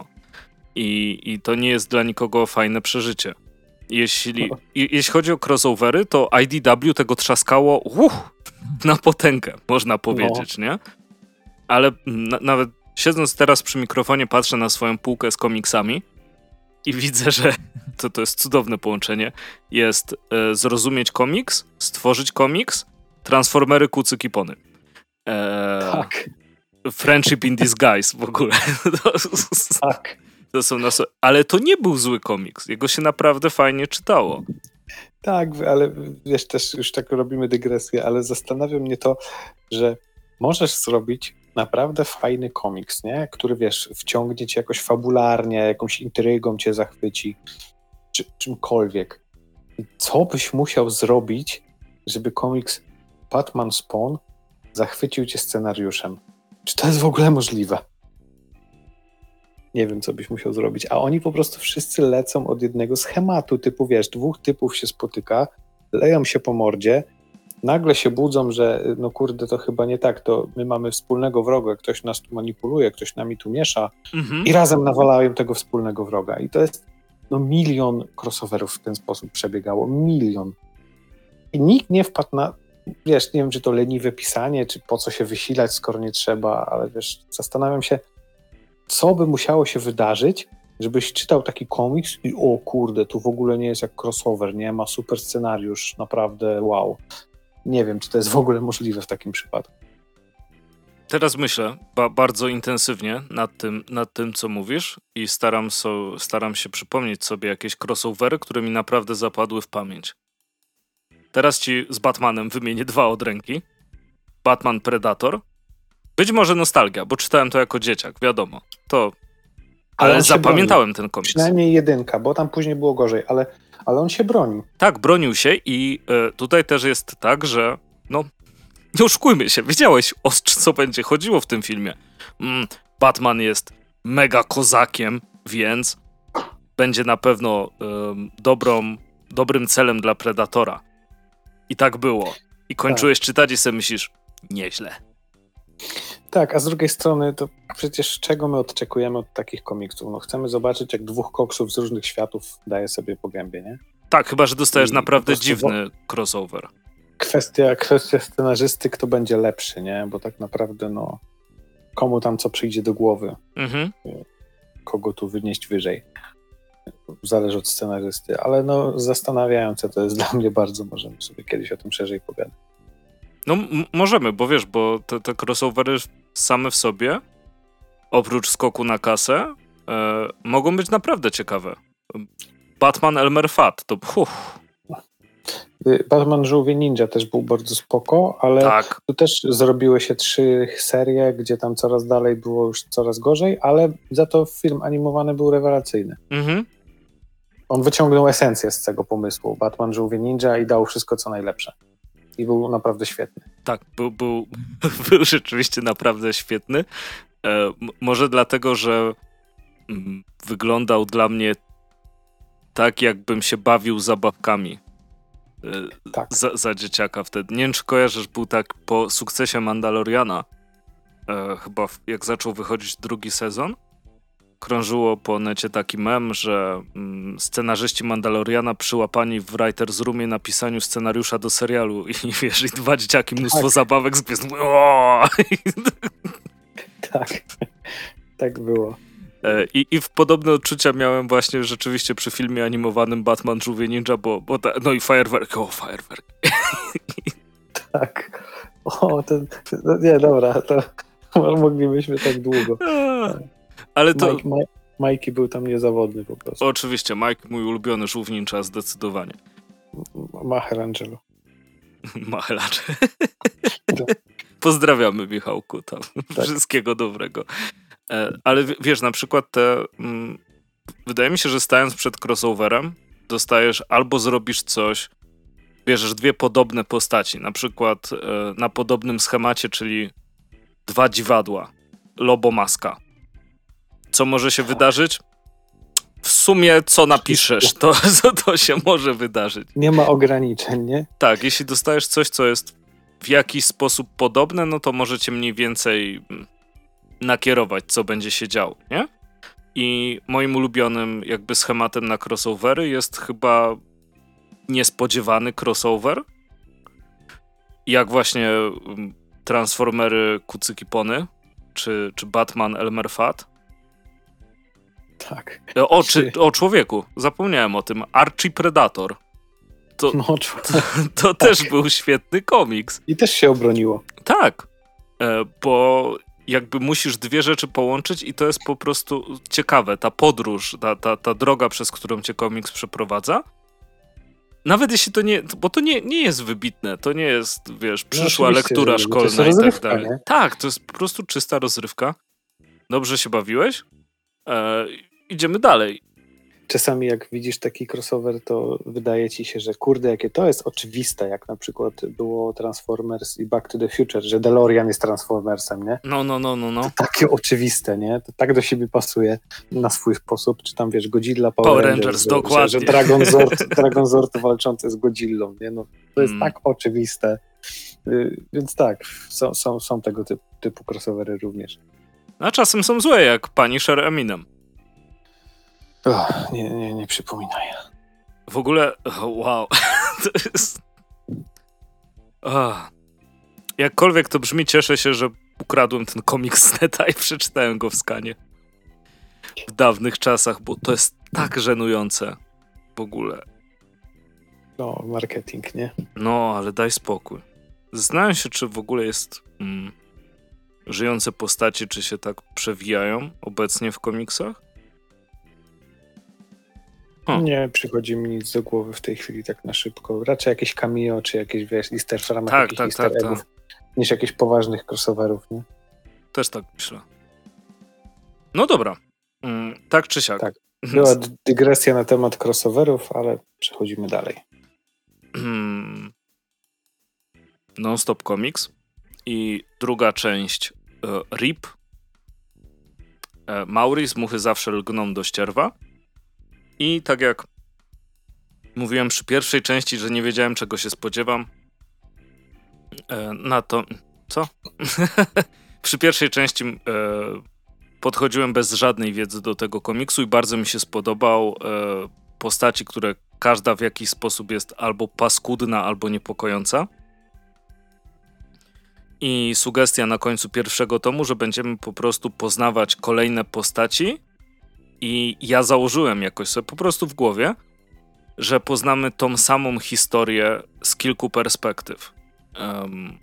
I, I to nie jest dla nikogo fajne przeżycie. Jeśli, i, jeśli chodzi o crossovery, to I D W tego trzaskało uff, na potęgę, można powiedzieć, no. nie? Ale na, nawet siedząc teraz przy mikrofonie, patrzę na swoją półkę z komiksami i widzę, że to, to jest cudowne połączenie. Jest e, zrozumieć komiks, stworzyć komiks, Transformery, kucyki, pony. E, tak. Friendship in Disguise w ogóle. To, tak. To są nas... Ale to nie był zły komiks. Jego się naprawdę fajnie czytało. Tak, ale wiesz, też już tak robimy dygresję, ale zastanawia mnie to, że możesz zrobić naprawdę fajny komiks, nie? Który, wiesz, wciągnie cię jakoś fabularnie, jakąś intrygą cię zachwyci, czy czymkolwiek. I co byś musiał zrobić, żeby komiks Batman Spawn zachwycił cię scenariuszem? Czy to jest w ogóle możliwe? Nie wiem, co byś musiał zrobić. A oni po prostu wszyscy lecą od jednego schematu, typu, wiesz, dwóch typów się spotyka, leją się po mordzie, nagle się budzą, że no kurde, to chyba nie tak, to my mamy wspólnego wroga, ktoś nas tu manipuluje, ktoś nami tu miesza mhm. i razem nawalają tego wspólnego wroga. I to jest no milion crossoverów w ten sposób przebiegało. Milion. I nikt nie wpadł na, wiesz, nie wiem, czy to leniwe pisanie, czy po co się wysilać, skoro nie trzeba, ale wiesz, zastanawiam się, co by musiało się wydarzyć, żebyś czytał taki komiks i o kurde, tu w ogóle nie jest jak crossover, nie? Ma super scenariusz, naprawdę wow. Nie wiem, czy to jest w ogóle możliwe w takim przypadku. Teraz myślę ba- bardzo intensywnie nad tym, nad tym, co mówisz i staram, so, staram się przypomnieć sobie jakieś crossovery, które mi naprawdę zapadły w pamięć. Teraz ci z Batmanem wymienię dwa od ręki. Batman Predator. Być może nostalgia, bo czytałem to jako dzieciak, wiadomo. To... Ale, ale zapamiętałem ten komiks. Przynajmniej jedynka, bo tam później było gorzej, ale, ale on się bronił. Tak, bronił się i y, tutaj też jest tak, że no, nie oszukujmy się, wiedziałeś, o co będzie chodziło w tym filmie. Mm, Batman jest mega kozakiem, więc będzie na pewno y, dobrą, dobrym celem dla Predatora. I tak było. I kończyłeś tak. czytać i sobie myślisz, nieźle. Tak, a z drugiej strony to przecież czego my oczekujemy od takich komiksów? No chcemy zobaczyć, jak dwóch koksów z różnych światów daje sobie po gębie, nie? Tak, chyba że dostajesz I naprawdę dziwny bo... crossover. Kwestia, kwestia scenarzysty, kto będzie lepszy, nie? Bo tak naprawdę, no, komu tam co przyjdzie do głowy, mhm. kogo tu wynieść wyżej. Zależy od scenarzysty, ale no zastanawiające to jest dla mnie bardzo, możemy sobie kiedyś o tym szerzej pogadać. No m- możemy, bo wiesz, bo te, te crossovery same w sobie, oprócz skoku na kasę, e, mogą być naprawdę ciekawe. Batman Elmer Fudd, to uff. Batman Żółwie Ninja też był bardzo spoko, ale tak. tu też zrobiły się trzy serie, gdzie tam coraz dalej było już coraz gorzej, ale za to film animowany był rewelacyjny. Mhm. On wyciągnął esencję z tego pomysłu, Batman Żółwie Ninja, i dał wszystko co najlepsze. I był naprawdę świetny. Tak, był, był, był rzeczywiście naprawdę świetny. E, m- może dlatego, że m, wyglądał dla mnie tak, jakbym się bawił zabawkami e, tak. za, za dzieciaka wtedy. Nie wiem, czy kojarzysz, był tak po sukcesie Mandaloriana, e, chyba w, jak zaczął wychodzić drugi sezon, krążyło po necie taki mem, że mm, scenarzyści Mandaloriana przyłapani w writer's roomie na pisaniu scenariusza do serialu i wiesz, i dwa dzieciaki, mnóstwo tak. zabawek z gwiazd. Tak, tak było. I, I w podobne odczucia miałem właśnie rzeczywiście przy filmie animowanym Batman Żółwie Ninja, bo, bo ta, no i fajerwerki, o fajerwerki. Tak, o, ten, no nie, dobra, to moglibyśmy tak długo. Ale to... Mike, Mike, Mikey był tam niezawodny po prostu. Oczywiście, Mike, mój ulubiony żółw ninja, zdecydowanie. Michelangelo. Michelangelo. Pozdrawiamy, Michałku, tam. Tak. Wszystkiego dobrego. E, ale w, wiesz, na przykład te... Mm, wydaje mi się, że stając przed crossoverem, dostajesz albo zrobisz coś, bierzesz dwie podobne postaci, na przykład e, na podobnym schemacie, czyli dwa dziwadła, Lobo Maska. Co może się wydarzyć? w sumie co napiszesz, to, to, to się może wydarzyć. Nie ma ograniczeń, nie? Tak, jeśli dostajesz coś, co jest w jakiś sposób podobne, no to możecie mniej więcej nakierować, co będzie się działo, nie? I moim ulubionym jakby schematem na crossovery jest chyba niespodziewany crossover. Jak właśnie Transformery Kucyki Pony, czy, czy Batman Elmer Fudd. Tak. O, czy, o człowieku, zapomniałem o tym. Archie Predator. To, no, to, to tak. też był świetny komiks. I też się obroniło. Tak, bo jakby musisz dwie rzeczy połączyć i to jest po prostu ciekawe. Ta podróż, ta, ta, ta droga, przez którą cię komiks przeprowadza. Nawet jeśli to nie, bo to nie, nie jest wybitne, to nie jest, wiesz, przyszła no lektura szkolna i tak dalej. Nie? Tak, to jest po prostu czysta rozrywka. Dobrze się bawiłeś? E, idziemy dalej. Czasami jak widzisz taki crossover, to wydaje ci się, że kurde, jakie to jest oczywiste, jak na przykład było Transformers i Back to the Future, że DeLorean jest Transformersem, nie? No, no, no, no, no. To takie oczywiste, nie? To tak do siebie pasuje na swój sposób, czy tam, wiesz, Godzilla, Power, Power Rangers, Rangers że, dokładnie. Że, że Dragon Zord, Dragon Zord walczący z Godzillą, nie? No, to jest mm. tak oczywiste. Yy, więc tak, są, są, są tego typu, typu crossovery również. A czasem są złe, jak Punisher Eminem. Oh, nie, nie, nie przypominaj. W ogóle, oh, wow, to jest... Oh. Jakkolwiek to brzmi, cieszę się, że ukradłem ten komiks z neta i przeczytałem go w skanie. W dawnych czasach, bo to jest tak żenujące w ogóle. No, marketing, nie? No, ale daj spokój. Zastanawiam się, czy w ogóle jest... Mm, żyjące postacie, czy się tak przewijają obecnie w komiksach? Hmm. Nie przychodzi mi nic do głowy w tej chwili tak na szybko. Raczej jakieś cameo, czy jakieś, wiesz, easter w ramach tak, jakichś tak, easter tak, eggów, tak. niż jakichś poważnych crossoverów, nie? Też tak myślę. No dobra. Mm, tak czy siak. Tak. Była dygresja na temat crossoverów, ale przechodzimy dalej. Non-Stop Comics i druga część e, R I P. E, Maurice, muchy zawsze lgną do ścierwa. I tak jak mówiłem przy pierwszej części, że nie wiedziałem, czego się spodziewam, e, na to... Co? Przy pierwszej części e, podchodziłem bez żadnej wiedzy do tego komiksu i bardzo mi się spodobał e, postaci, które każda w jakiś sposób jest albo paskudna, albo niepokojąca. I sugestia na końcu pierwszego tomu, że będziemy po prostu poznawać kolejne postaci. I ja założyłem jakoś sobie po prostu w głowie, że poznamy tą samą historię z kilku perspektyw. Um,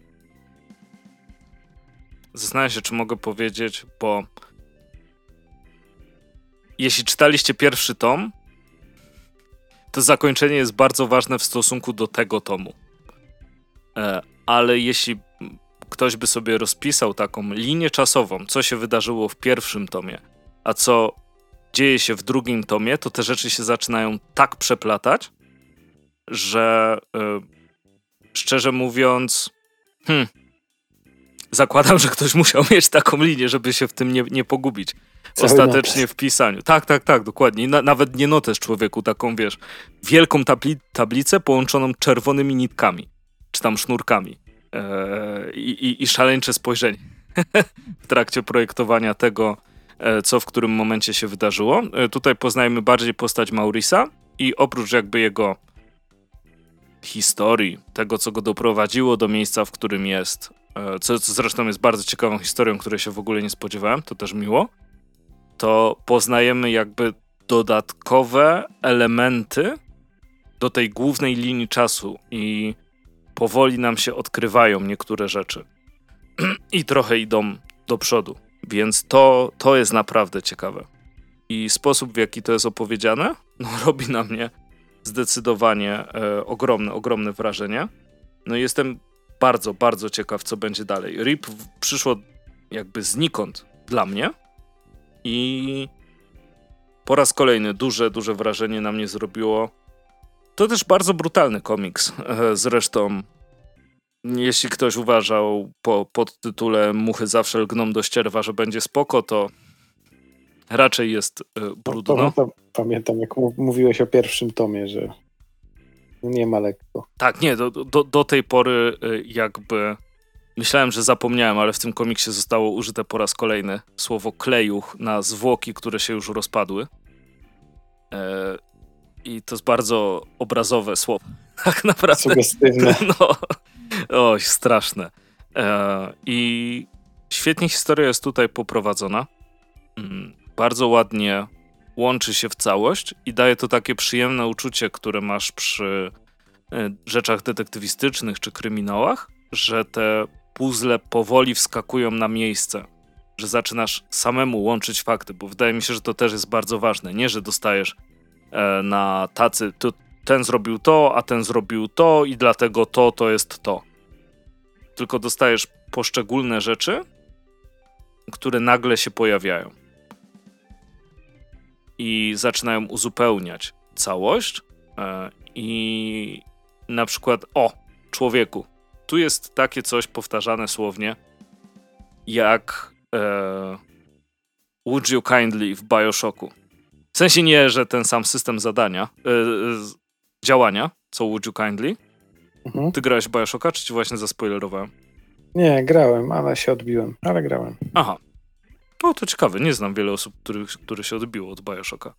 Zastanawiam się, czy mogę powiedzieć, bo jeśli czytaliście pierwszy tom, to zakończenie jest bardzo ważne w stosunku do tego tomu. E, ale jeśli ktoś by sobie rozpisał taką linię czasową, co się wydarzyło w pierwszym tomie, a co dzieje się w drugim tomie, to te rzeczy się zaczynają tak przeplatać, że e, szczerze mówiąc, hmm, zakładam, że ktoś musiał mieć taką linię, żeby się w tym nie, nie pogubić. Cały ostatecznie notes. W pisaniu. Tak, tak, tak, dokładnie. Na, nawet nie notes człowieku, taką wiesz, wielką tabli- tablicę połączoną czerwonymi nitkami, czy tam sznurkami. Eee, i, I szaleńcze spojrzenie w trakcie projektowania tego, e, co w którym momencie się wydarzyło. E, tutaj poznajemy bardziej postać Maurice'a i oprócz jakby jego historii, tego, co go doprowadziło do miejsca, w którym jest, e, co, co zresztą jest bardzo ciekawą historią, której się w ogóle nie spodziewałem, to też miło, to poznajemy jakby dodatkowe elementy do tej głównej linii czasu i powoli nam się odkrywają niektóre rzeczy i trochę idą do przodu, więc to, to jest naprawdę ciekawe. I sposób, w jaki to jest opowiedziane, no, robi na mnie zdecydowanie e, ogromne, ogromne wrażenie. No i jestem bardzo, bardzo ciekaw, co będzie dalej. R I P przyszło jakby znikąd dla mnie i po raz kolejny duże, duże wrażenie na mnie zrobiło. To też bardzo brutalny komiks. E, zresztą jeśli ktoś uważał po podtytule Muchy zawsze lgną do ścierwa, że będzie spoko, to raczej jest y, brudno. Pamiętam, pamiętam, jak m- mówiłeś o pierwszym tomie, że nie ma lekko. Tak, nie, do, do, do tej pory y, jakby myślałem, że zapomniałem, ale w tym komiksie zostało użyte po raz kolejny słowo klejuch na zwłoki, które się już rozpadły. E, I to jest bardzo obrazowe słowo. Tak naprawdę. Sugestywne. No, oj, straszne. E, I świetnie historia jest tutaj poprowadzona. Mm, bardzo ładnie łączy się w całość i daje to takie przyjemne uczucie, które masz przy e, rzeczach detektywistycznych czy kryminałach, że te puzzle powoli wskakują na miejsce, że zaczynasz samemu łączyć fakty, bo wydaje mi się, że to też jest bardzo ważne. Nie, że dostajesz e, na tacy, to, ten zrobił to, a ten zrobił to i dlatego to, to jest to. Tylko dostajesz poszczególne rzeczy, które nagle się pojawiają. I zaczynają uzupełniać całość e, i na przykład, o, człowieku, tu jest takie coś powtarzane słownie, jak e, Would you kindly w Bioshocku. W sensie nie, że ten sam system zadania, e, e, działania, co Would you kindly. Mhm. Ty grałeś w Bioshocka, czy ci właśnie zaspoilerowałem? Nie, grałem, ale się odbiłem, ale grałem. Aha. No to ciekawe, nie znam wiele osób, których, które się odbiło od Bioshocka.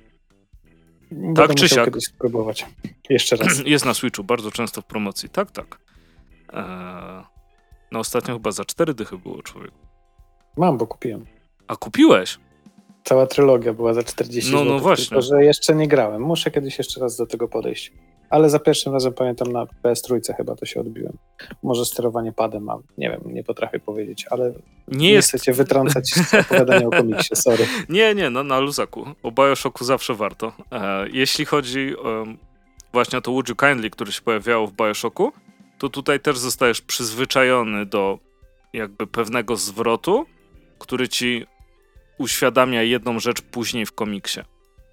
Będę Tak czy musiał siak. kiedyś spróbować. Jeszcze raz. Jest na Switchu, bardzo często w promocji. Tak, tak. Eee, no ostatnio chyba za cztery dychy było, człowiek. Mam, bo kupiłem. A kupiłeś? Cała trylogia była za czterdzieści No, no złotych, właśnie. Tylko, że jeszcze nie grałem. Muszę kiedyś jeszcze raz do tego podejść. Ale za pierwszym razem pamiętam na P S trzy chyba to się odbiłem. Może sterowanie padem, a nie wiem, nie potrafię powiedzieć, ale Nie, nie jest... chcę cię wytrącać z opowiadania o komiksie, sorry. Nie, nie, no na luzaku. O Bioshocku zawsze warto. E, jeśli chodzi um, właśnie o to Would You Kindly, które się pojawiało w Bioshocku, to tutaj też zostajesz przyzwyczajony do jakby pewnego zwrotu, który ci uświadamia jedną rzecz później w komiksie.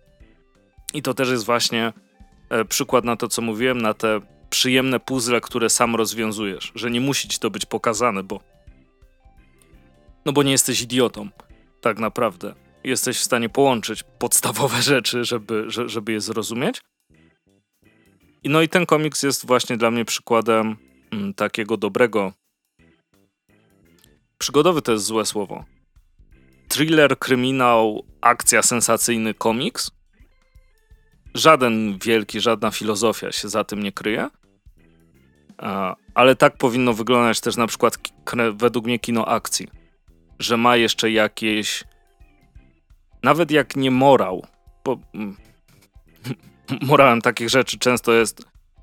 I to też jest właśnie e, przykład na to, co mówiłem, na te przyjemne puzzle, które sam rozwiązujesz, że nie musi ci to być pokazane, bo no bo nie jesteś idiotą, tak naprawdę. Jesteś w stanie połączyć podstawowe rzeczy, żeby, że, żeby je zrozumieć. I no i ten komiks jest właśnie dla mnie przykładem mm, takiego dobrego. Przygodowy to jest złe słowo. Thriller, kryminał, akcja, sensacyjny komiks. Żaden wielki, żadna filozofia się za tym nie kryje. A, ale tak powinno wyglądać też na przykład k- według mnie kino akcji. Że ma jeszcze jakieś, nawet jak nie morał, bo morałem takich rzeczy często jest,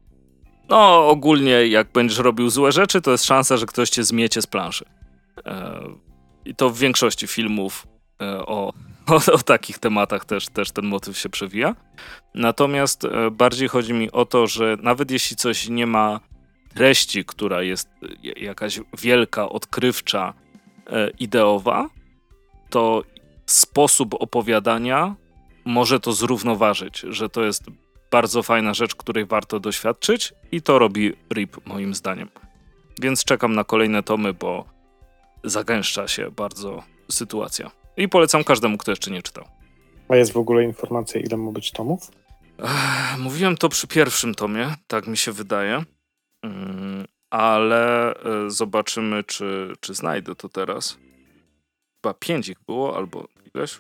no ogólnie jak będziesz robił złe rzeczy, to jest szansa, że ktoś cię zmiecie z planszy. E, I to w większości filmów e, o, o, o takich tematach też, też ten motyw się przewija. Natomiast e, bardziej chodzi mi o to, że nawet jeśli coś nie ma treści, która jest jakaś wielka, odkrywcza, ideowa, to sposób opowiadania może to zrównoważyć, że to jest bardzo fajna rzecz, której warto doświadczyć i to robi R I P moim zdaniem. Więc czekam na kolejne tomy, bo zagęszcza się bardzo sytuacja. I polecam każdemu, kto jeszcze nie czytał. A jest w ogóle informacja, ile ma być tomów? Ech, mówiłem to przy pierwszym tomie, tak mi się wydaje. Mm. Ale y, zobaczymy, czy, czy znajdę to teraz. Chyba pięć ich było, albo ileś.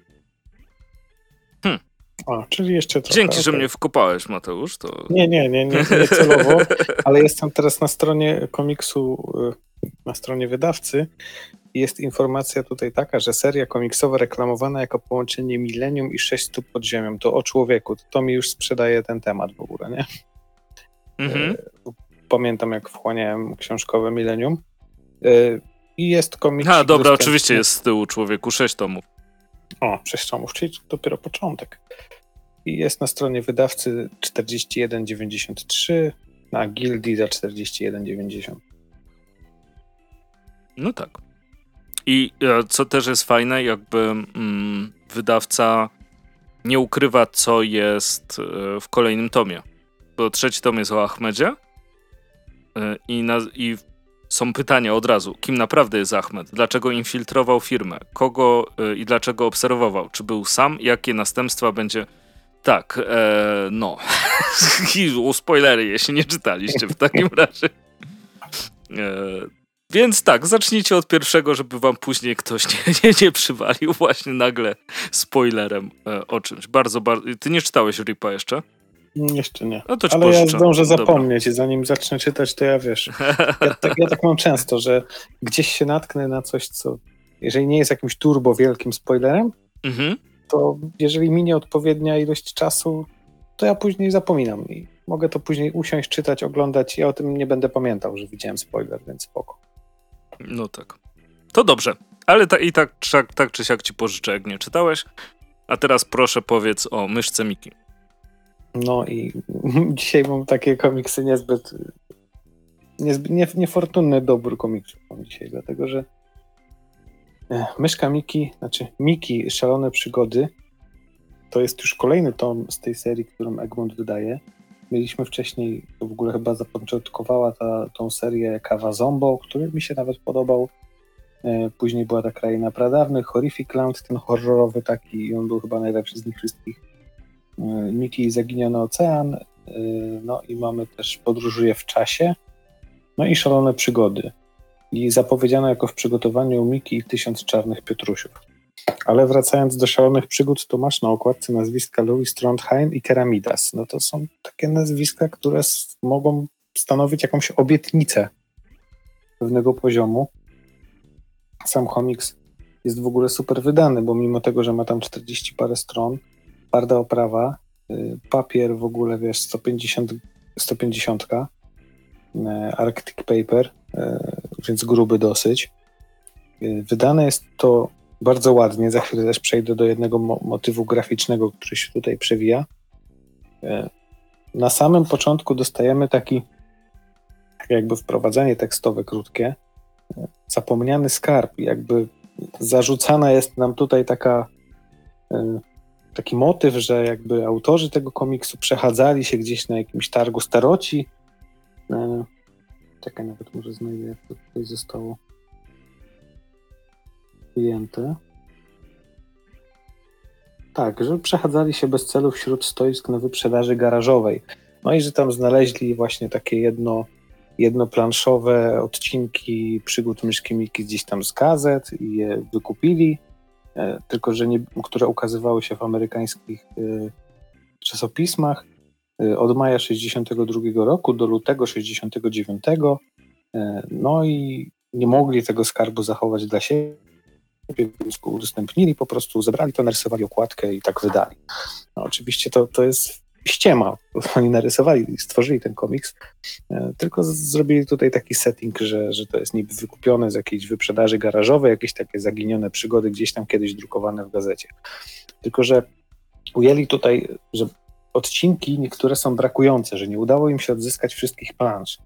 Hm. A, czyli jeszcze trochę. Dzięki, okay. że mnie wkopałeś, Mateusz. To... Nie, nie, nie, nie, nie celowo, ale jestem teraz na stronie komiksu, na stronie wydawcy i jest informacja tutaj taka, że seria komiksowa reklamowana jako połączenie Millennium i sześć stóp pod ziemią. To o człowieku. To mi już sprzedaje ten temat w ogóle, nie? Mhm. Pamiętam, jak wchłaniałem książkowe Millennium. Yy, I jest komiks. A, dobra, dostępny. Oczywiście jest z tyłu człowieku, sześć tomów. O, sześć tomów, czyli dopiero początek. I jest na stronie wydawcy czterdzieści jeden dziewięćdziesiąt trzy, na Gildii za czterdzieści jeden dziewięćdziesiąt. No tak. I e, co też jest fajne, jakby mm, wydawca nie ukrywa, co jest e, w kolejnym tomie. Bo trzeci tom jest o Ahmedzie. I, na, I są pytania od razu. Kim naprawdę jest Ahmed? Dlaczego infiltrował firmę? Kogo y, i dlaczego obserwował? Czy był sam? Jakie następstwa będzie... Tak, e, no. I spoilery, jeśli nie czytaliście w takim razie. E, więc tak, zacznijcie od pierwszego, żeby wam później ktoś nie, nie, nie przywalił właśnie nagle spoilerem e, o czymś. Bardzo, bardzo... Ty nie czytałeś Ripa jeszcze? Jeszcze nie. No to ci Ale pożyczam. ja zdążę zapomnieć i zanim zacznę czytać, to ja wiesz. Ja tak, ja tak mam często, że gdzieś się natknę na coś, co jeżeli nie jest jakimś turbo wielkim spoilerem, Mhm. to jeżeli minie odpowiednia ilość czasu, to ja później zapominam i mogę to później usiąść, czytać, oglądać. Ja o tym nie będę pamiętał, że widziałem spoiler, więc spoko. No tak. To dobrze. Ale ta, i tak, tak, tak czy siak ci pożyczę, jak nie czytałeś. A teraz proszę powiedz o myszce Miki. No i dzisiaj mam takie komiksy niezbyt, niezbyt nie, niefortunny dobór komiksów mam dzisiaj, dlatego że myszka Miki, znaczy Miki Szalone Przygody to jest już kolejny tom z tej serii, którą Egmont wydaje. Mieliśmy wcześniej, to w ogóle chyba zapoczątkowała ta, tą serię Kawa Zombo, który mi się nawet podobał. Później była ta Kraina Pradawnych, Horrific Land, ten horrorowy taki i on był chyba najlepszy z nich wszystkich. Miki i Zaginiony Ocean, no i mamy też Podróżuje w czasie, no i Szalone Przygody. I zapowiedziano jako w przygotowaniu Miki i Tysiąc Czarnych Piotrusiów. Ale wracając do Szalonych Przygód, to masz na okładce nazwiska Louis Trondheim i Keramidas. No to są takie nazwiska, które s- mogą stanowić jakąś obietnicę pewnego poziomu. Sam komiks jest w ogóle super wydany, bo mimo tego, że ma tam czterdzieści parę stron, twarda oprawa, y, papier w ogóle, wiesz, sto pięćdziesiąt, sto pięćdziesiąt, y, Arctic Paper, y, więc gruby dosyć. Y, wydane jest to bardzo ładnie, za chwilę też przejdę do jednego mo- motywu graficznego, który się tutaj przewija. Y, na samym początku dostajemy taki jakby wprowadzenie tekstowe krótkie, y, zapomniany skarb, jakby zarzucana jest nam tutaj taka y, taki motyw, że jakby autorzy tego komiksu przechadzali się gdzieś na jakimś targu staroci. E, czekaj, nawet może znajdę, jak to tutaj zostało ujęte. Tak, że przechadzali się bez celu wśród stoisk na wyprzedaży garażowej. No i że tam znaleźli właśnie takie jedno, jednoplanszowe odcinki przygód myszki Miki gdzieś tam z gazet i je wykupili. Tylko że nie, które ukazywały się w amerykańskich y, czasopismach y, od maja sześćdziesiątego drugiego roku do lutego sześćdziesiątego dziewiątego. Y, no i nie mogli tego skarbu zachować dla siebie, więc go udostępnili, po prostu zebrali to, narysowali okładkę i tak wydali. No, oczywiście to, to jest ściema, bo oni narysowali i stworzyli ten komiks, y, tylko z, zrobili tutaj taki setting, że, że to jest niby wykupione z jakiejś wyprzedaży garażowej, jakieś takie zaginione przygody gdzieś tam kiedyś drukowane w gazecie. Tylko że ujęli tutaj, że odcinki niektóre są brakujące, że nie udało im się odzyskać wszystkich plansz.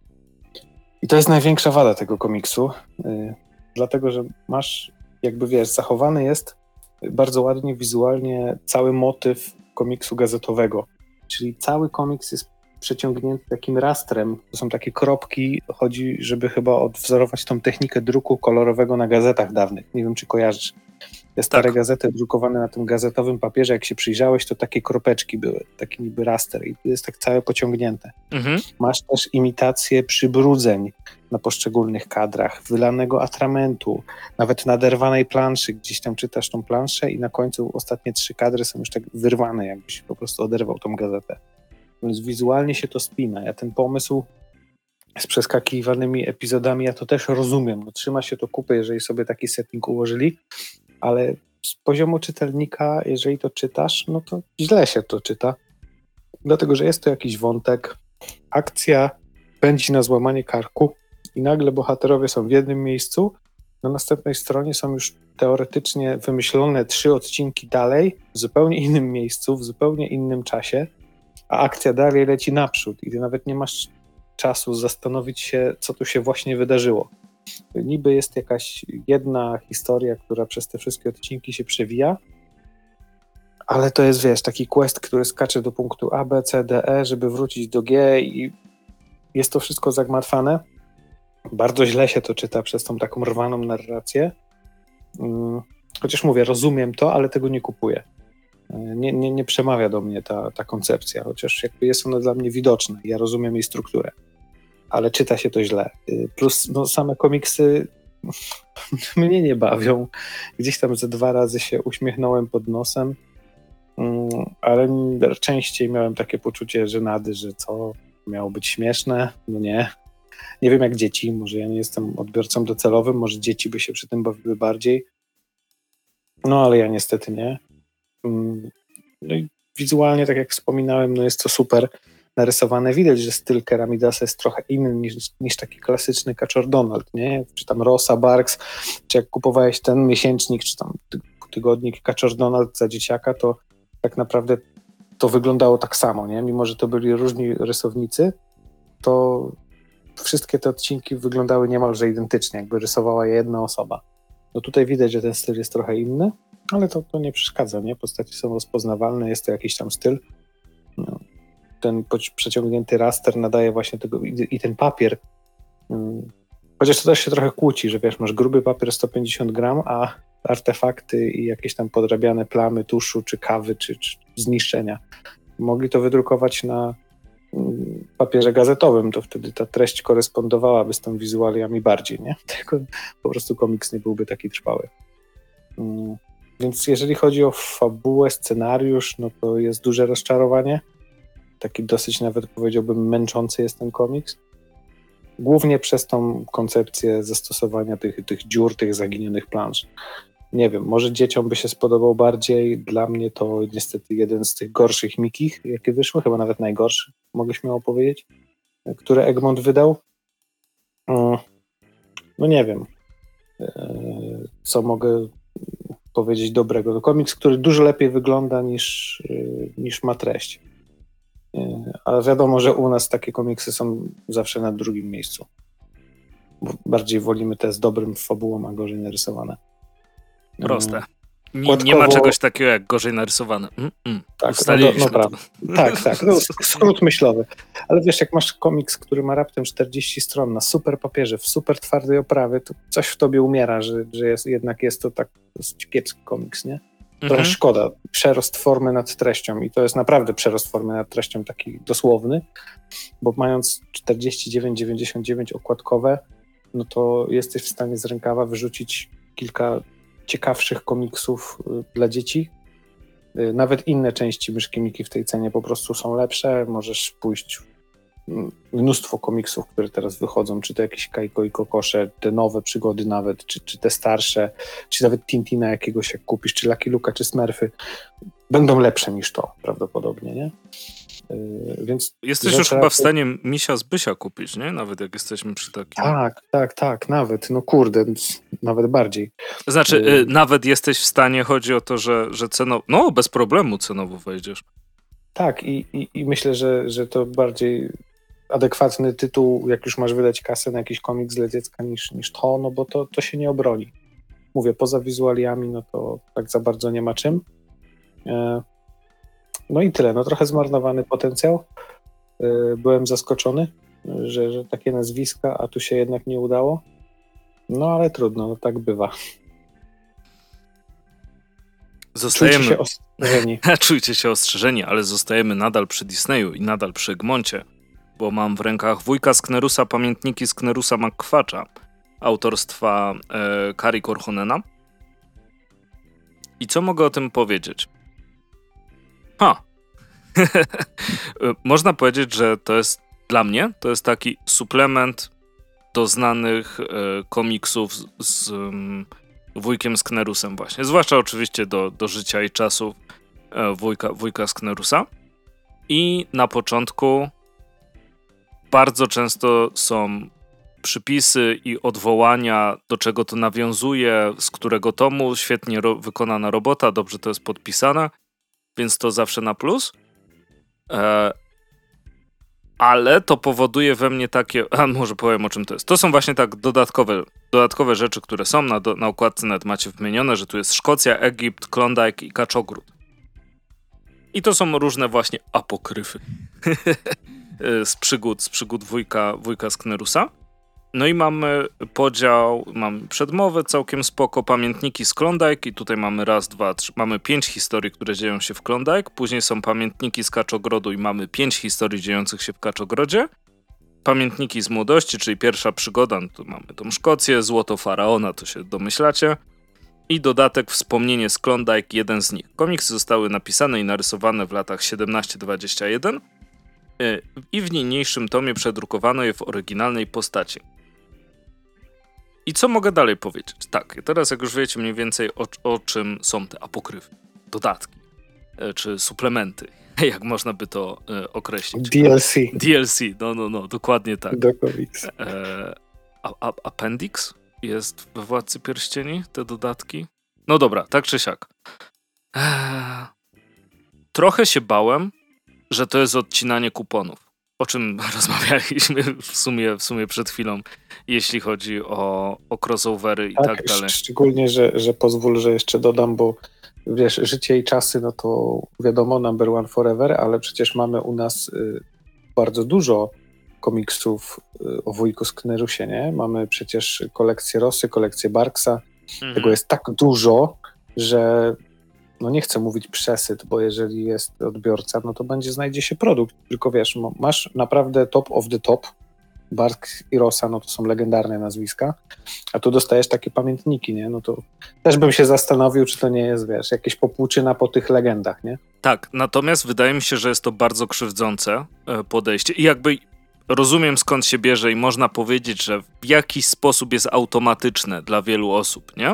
I to jest największa wada tego komiksu, yy, dlatego że masz, jakby wiesz, zachowany jest bardzo ładnie wizualnie cały motyw komiksu gazetowego. Czyli cały komiks jest przeciągnięty takim rastrem. To są takie kropki. Chodzi, żeby chyba odwzorować tą technikę druku kolorowego na gazetach dawnych. Nie wiem, czy kojarzysz. Te stare Tak. gazety drukowane na tym gazetowym papierze, jak się przyjrzałeś, to takie kropeczki były. Taki niby raster. I to jest tak całe pociągnięte. Mhm. Masz też imitację przybrudzeń na poszczególnych kadrach, wylanego atramentu, nawet naderwanej planszy. Gdzieś tam czytasz tą planszę i na końcu ostatnie trzy kadry są już tak wyrwane, jakbyś po prostu oderwał tą gazetę. Więc wizualnie się to spina. Ja ten pomysł z przeskakiwanymi epizodami, ja to też rozumiem. No, trzyma się to kupy, jeżeli sobie taki setting ułożyli, ale z poziomu czytelnika, jeżeli to czytasz, no to źle się to czyta. Dlatego, że jest to jakiś wątek, akcja pędzi na złamanie karku i nagle bohaterowie są w jednym miejscu, na następnej stronie są już teoretycznie wymyślone trzy odcinki dalej, w zupełnie innym miejscu, w zupełnie innym czasie, a akcja dalej leci naprzód i ty nawet nie masz czasu zastanowić się, co tu się właśnie wydarzyło. Niby jest jakaś jedna historia, która przez te wszystkie odcinki się przewija, ale to jest, wiesz, taki quest, który skacze do punktu A, B, C, D, E, żeby wrócić do G i jest to wszystko zagmatwane. Bardzo źle się to czyta przez tą taką rwaną narrację. Chociaż mówię, rozumiem to, ale tego nie kupuję. Nie, nie, nie przemawia do mnie ta, ta koncepcja, chociaż jakby jest ona dla mnie widoczna. Ja rozumiem jej strukturę, ale czyta się to źle. Plus no, same komiksy mnie nie bawią. Gdzieś tam ze dwa razy się uśmiechnąłem pod nosem, ale częściej miałem takie poczucie żenady, że co, miało być śmieszne? No nie. Nie wiem jak dzieci, może ja nie jestem odbiorcą docelowym, może dzieci by się przy tym bawiły bardziej. No ale ja niestety nie. No i wizualnie, tak jak wspominałem, no jest to super narysowane. Widać, że styl Keramidasa jest trochę inny niż, niż taki klasyczny Kaczor Donald, nie? Czy tam Rosa, Barks, czy jak kupowałeś ten miesięcznik, czy tam tygodnik Kaczor Donald za dzieciaka, to tak naprawdę to wyglądało tak samo, nie? Mimo że to byli różni rysownicy, to wszystkie te odcinki wyglądały niemalże identycznie, jakby rysowała je jedna osoba. No tutaj widać, że ten styl jest trochę inny, ale to, to nie przeszkadza, nie? Postacie są rozpoznawalne, jest to jakiś tam styl. No, ten przeciągnięty raster nadaje właśnie tego i, i ten papier. Hmm. Chociaż to też się trochę kłóci, że wiesz, masz gruby papier sto pięćdziesiąt gram, a artefakty i jakieś tam podrabiane plamy tuszu, czy kawy, czy, czy zniszczenia. Mogli to wydrukować na hmm, papierze gazetowym, to wtedy ta treść korespondowałaby z tą wizualiami bardziej, nie? Tylko po prostu komiks nie byłby taki trwały. Hmm. Więc jeżeli chodzi o fabułę, scenariusz, no to jest duże rozczarowanie. Taki dosyć nawet powiedziałbym męczący jest ten komiks. Głównie przez tą koncepcję zastosowania tych, tych dziur, tych zaginionych plansz. Nie wiem, może dzieciom by się spodobał bardziej. Dla mnie to niestety jeden z tych gorszych Mikich, jakie wyszły, chyba nawet najgorszy, mogę śmiało powiedzieć, które Egmont wydał. No nie wiem, co mogę powiedzieć dobrego. To komiks, który dużo lepiej wygląda niż, niż ma treść. Ale wiadomo, że u nas takie komiksy są zawsze na drugim miejscu. Bo bardziej wolimy te z dobrym fabułą, a gorzej narysowane. Proste. Nie, nie ma czegoś takiego jak gorzej narysowane. Mm, mm. Tak, no, no, no, tak, tak. No, skrót myślowy. Ale wiesz, jak masz komiks, który ma raptem czterdzieści stron na super papierze, w super twardej oprawie, to coś w tobie umiera, że, że jest, jednak jest to tak dosyć kiepski komiks, nie? Trochę mhm. szkoda. Przerost formy nad treścią i to jest naprawdę przerost formy nad treścią taki dosłowny, bo mając czterdzieści dziewięć dziewięćdziesiąt dziewięć okładkowe, no to jesteś w stanie z rękawa wyrzucić kilka ciekawszych komiksów dla dzieci. Nawet inne części Myszki Miki w tej cenie po prostu są lepsze. Możesz pójść mnóstwo komiksów, które teraz wychodzą, czy to jakieś Kajko i Kokosze, te nowe przygody nawet, czy, czy te starsze, czy nawet Tintina jakiegoś jak kupisz, czy Lucky Luka, czy Smurfy, będą lepsze niż to prawdopodobnie, nie? Yy, więc jesteś już chyba w stanie Misia z Bysia kupić, nie? Nawet jak jesteśmy przy takim... Tak, tak, tak, nawet, no kurde, nawet bardziej. Znaczy, yy... nawet jesteś w stanie, chodzi o to, że, że cenowo, no bez problemu cenowo wejdziesz. Tak i, i, i myślę, że, że to bardziej adekwatny tytuł, jak już masz wydać kasę na jakiś komiks dla dziecka niż, niż to, no bo to, to się nie obroni. Mówię, poza wizualiami, no to tak za bardzo nie ma czym. No i tyle, no trochę zmarnowany potencjał. Byłem zaskoczony, że, że takie nazwiska, a tu się jednak nie udało. No ale trudno, no tak bywa. Zostajemy... Czujcie się ostrzeżeni. Czujcie się ostrzeżeni, ale zostajemy nadal przy Disneyu i nadal przy Egmoncie, bo mam w rękach Wujka Sknerusa, pamiętniki Sknerusa McQuatcha, autorstwa e, Kari Korhonena. I co mogę o tym powiedzieć? Ha! Można powiedzieć, że to jest dla mnie, to jest taki suplement do znanych e, komiksów z, z um, Wujkiem Sknerusem właśnie. Zwłaszcza oczywiście do, do życia i czasów e, wujka, wujka Sknerusa. I na początku bardzo często są przypisy i odwołania, do czego to nawiązuje, z którego tomu, świetnie ro- wykonana robota, dobrze to jest podpisane, więc to zawsze na plus. E, ale to powoduje we mnie takie, a może powiem o czym to jest. To są właśnie tak dodatkowe, dodatkowe rzeczy, które są na, do, na okładce, nawet macie wymienione, że tu jest Szkocja, Egipt, Klondike i Kaczogród. I to są różne właśnie apokryfy z przygód, z przygód wujka, wujka Sknerusa. No i mamy podział, mamy przedmowę całkiem spoko, pamiętniki z Klondike i tutaj mamy raz, dwa, trzy, mamy pięć historii, które dzieją się w Klondike, później są pamiętniki z Kaczogrodu i mamy pięć historii dziejących się w Kaczogrodzie, pamiętniki z młodości, czyli pierwsza przygoda, no tu mamy tą Szkocję, Złoto Faraona, to się domyślacie, i dodatek Wspomnienie z Klondike, jeden z nich. Komiksy zostały napisane i narysowane w latach siedemnaście dwadzieścia jeden i w niniejszym tomie przedrukowano je w oryginalnej postaci. I co mogę dalej powiedzieć? Tak, teraz jak już wiecie mniej więcej o, o czym są te apokryfy, dodatki, czy suplementy, jak można by to e, określić. D L C. D L C, no, no, no, dokładnie tak. Do komiksu. E, a, a, appendix jest we Władcy Pierścieni, te dodatki? No dobra, tak czy siak. E, trochę się bałem, że to jest odcinanie kuponów. O czym rozmawialiśmy w sumie, w sumie przed chwilą, jeśli chodzi o, o crossovery i tak, tak dalej. Szczególnie, że, że pozwól, że jeszcze dodam, bo wiesz, życie i czasy, no to wiadomo, number one forever, ale przecież mamy u nas y, bardzo dużo komiksów y, o Wujku Sknerusie, nie? Mamy przecież kolekcję Rossy, kolekcję Barksa. Mhm. Tego jest tak dużo, że no nie chcę mówić przesyt, bo jeżeli jest odbiorca, no to będzie, znajdzie się produkt. Tylko wiesz, masz naprawdę top of the top. Bark i Rossa, no to są legendarne nazwiska, a tu dostajesz takie pamiętniki, nie? No to też bym się zastanowił, czy to nie jest, wiesz, jakieś popłuczyna po tych legendach, nie? Tak, natomiast wydaje mi się, że jest to bardzo krzywdzące podejście i jakby rozumiem, skąd się bierze i można powiedzieć, że w jakiś sposób jest automatyczne dla wielu osób, nie?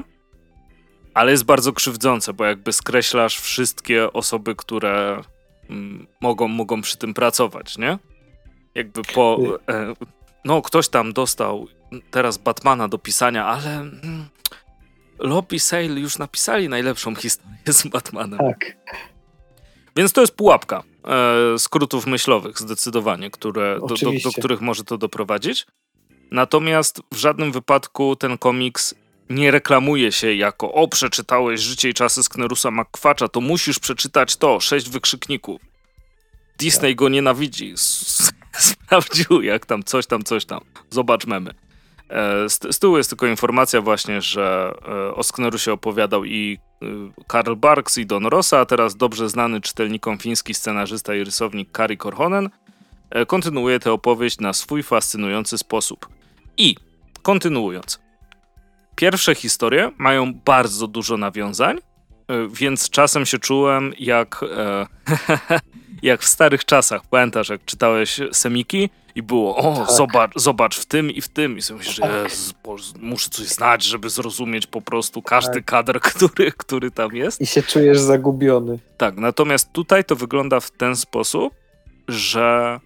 Ale jest bardzo krzywdzące, bo jakby skreślasz wszystkie osoby, które mm, mogą, mogą przy tym pracować, nie? Jakby po... E, no, ktoś tam dostał teraz Batmana do pisania, ale mm, Loeb i Sale już napisali najlepszą historię z Batmanem. Tak. Więc to jest pułapka e, skrótów myślowych zdecydowanie, które, do, do, do których może to doprowadzić. Natomiast w żadnym wypadku ten komiks nie reklamuje się jako o, przeczytałeś Życie i czasy Sknerusa McQuatcha, to musisz przeczytać to, sześć wykrzykników. Disney tak. go nienawidzi. Sprawdził, jak tam, coś tam, coś tam. Zobacz memy. E, z, z tyłu jest tylko informacja właśnie, że e, o Sknerusie opowiadał i e, Karl Barks i Don Rosa, a teraz dobrze znany czytelnikom fiński scenarzysta i rysownik Kari Korhonen e, kontynuuje tę opowieść na swój fascynujący sposób. I kontynuując. Pierwsze historie mają bardzo dużo nawiązań, więc czasem się czułem jak, e, jak w starych czasach. Pamiętasz, jak czytałeś Semiki i było, o, tak. zobacz, zobacz w tym i w tym. I sobie myślisz, że Jezu, muszę coś znać, żeby zrozumieć po prostu każdy tak. kadr, który, który tam jest. I się czujesz zagubiony. Tak, natomiast tutaj to wygląda w ten sposób, że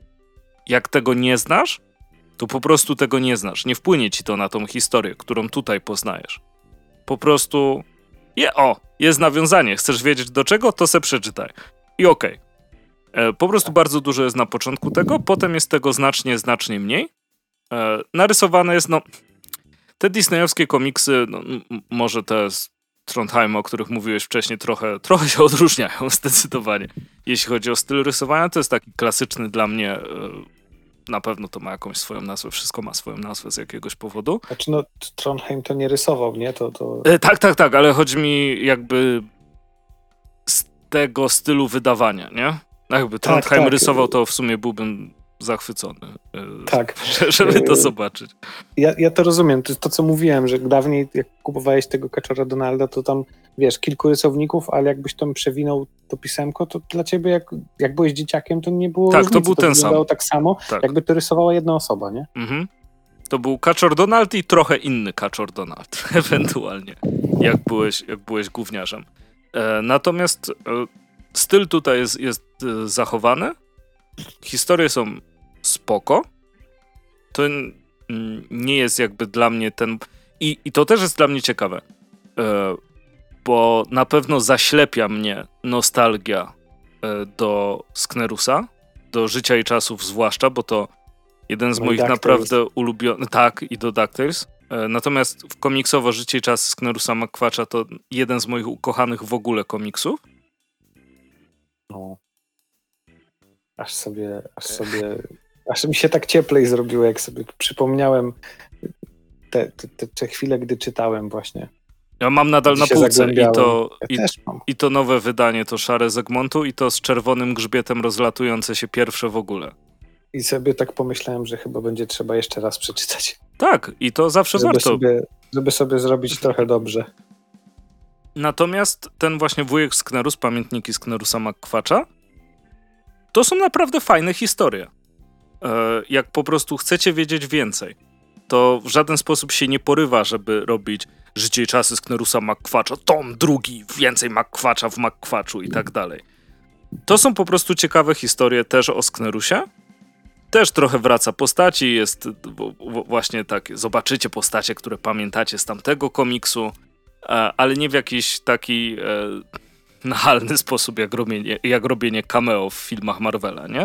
jak tego nie znasz, to po prostu tego nie znasz. Nie wpłynie ci to na tą historię, którą tutaj poznajesz. Po prostu je, o, jest nawiązanie. Chcesz wiedzieć do czego? To se przeczytaj. I okej. Okay. Po prostu bardzo dużo jest na początku tego, potem jest tego znacznie, znacznie mniej. E, narysowane jest, no... Te disneyowskie komiksy, no, m- może te z Trondheima, o których mówiłeś wcześniej, trochę, trochę się odróżniają zdecydowanie. Jeśli chodzi o styl rysowania, to jest taki klasyczny dla mnie... E, Na pewno to ma jakąś swoją nazwę, wszystko ma swoją nazwę z jakiegoś powodu. Znaczy no, Trondheim to nie rysował, nie? To, to... E, tak, tak, tak, ale chodzi mi jakby z tego stylu wydawania, nie? Jakby Trondheim tak, tak. rysował, to w sumie byłbym zachwycony, e, tak. żeby to zobaczyć. Ja, ja to rozumiem, to jest to, co mówiłem, że dawniej jak kupowałeś tego Kaczora Donalda, to tam, wiesz, kilku rysowników, ale jakbyś tam przewinął to pisemko, to dla ciebie, jak, jak byłeś dzieciakiem, to nie było tak, różnicy, to był to ten sam. tak samo, tak. jakby to rysowała jedna osoba, nie? Mhm. To był Kaczor Donald i trochę inny Kaczor Donald, ewentualnie, jak byłeś, jak byłeś gówniarzem. E, natomiast e, styl tutaj jest, jest e, zachowany, historie są spoko, to n- nie jest jakby dla mnie ten... I, i to też jest dla mnie ciekawe, e, bo na pewno zaślepia mnie nostalgia e, do Sknerusa, do Życia i czasów zwłaszcza, bo to jeden z no moich naprawdę ulubionych... Tak, i do DuckTales. E, natomiast w komiksowo Życie i czasy Sknerusa McQuatcha to jeden z moich ukochanych w ogóle komiksów. No. Aż sobie, aż sobie Aż mi się tak cieplej zrobiło, jak sobie przypomniałem te, te, te, te chwile, gdy czytałem właśnie. Ja mam nadal Gdzie na się półce i to, Ja i, też mam. i to nowe wydanie, to szare z Egmontu i to z czerwonym grzbietem rozlatujące się pierwsze w ogóle. I sobie tak pomyślałem, że chyba będzie trzeba jeszcze raz przeczytać. Tak, i to zawsze Żeby warto. sobie, żeby sobie zrobić trochę dobrze. Natomiast ten właśnie wujek Sknerus, pamiętniki Sknerusa McQuatcha, to są naprawdę fajne historie. E, jak po prostu chcecie wiedzieć więcej, to w żaden sposób się nie porywa, żeby robić Życie i czasy Sknerusa McQuatcha, tom drugi, więcej McQuatcha w McQuatchu i tak dalej. To są po prostu ciekawe historie też o Sknerusie. Też trochę wraca postaci, jest właśnie tak, zobaczycie postacie, które pamiętacie z tamtego komiksu, ale nie w jakiś taki e, nachalny sposób, jak robienie, jak robienie cameo w filmach Marvela, nie?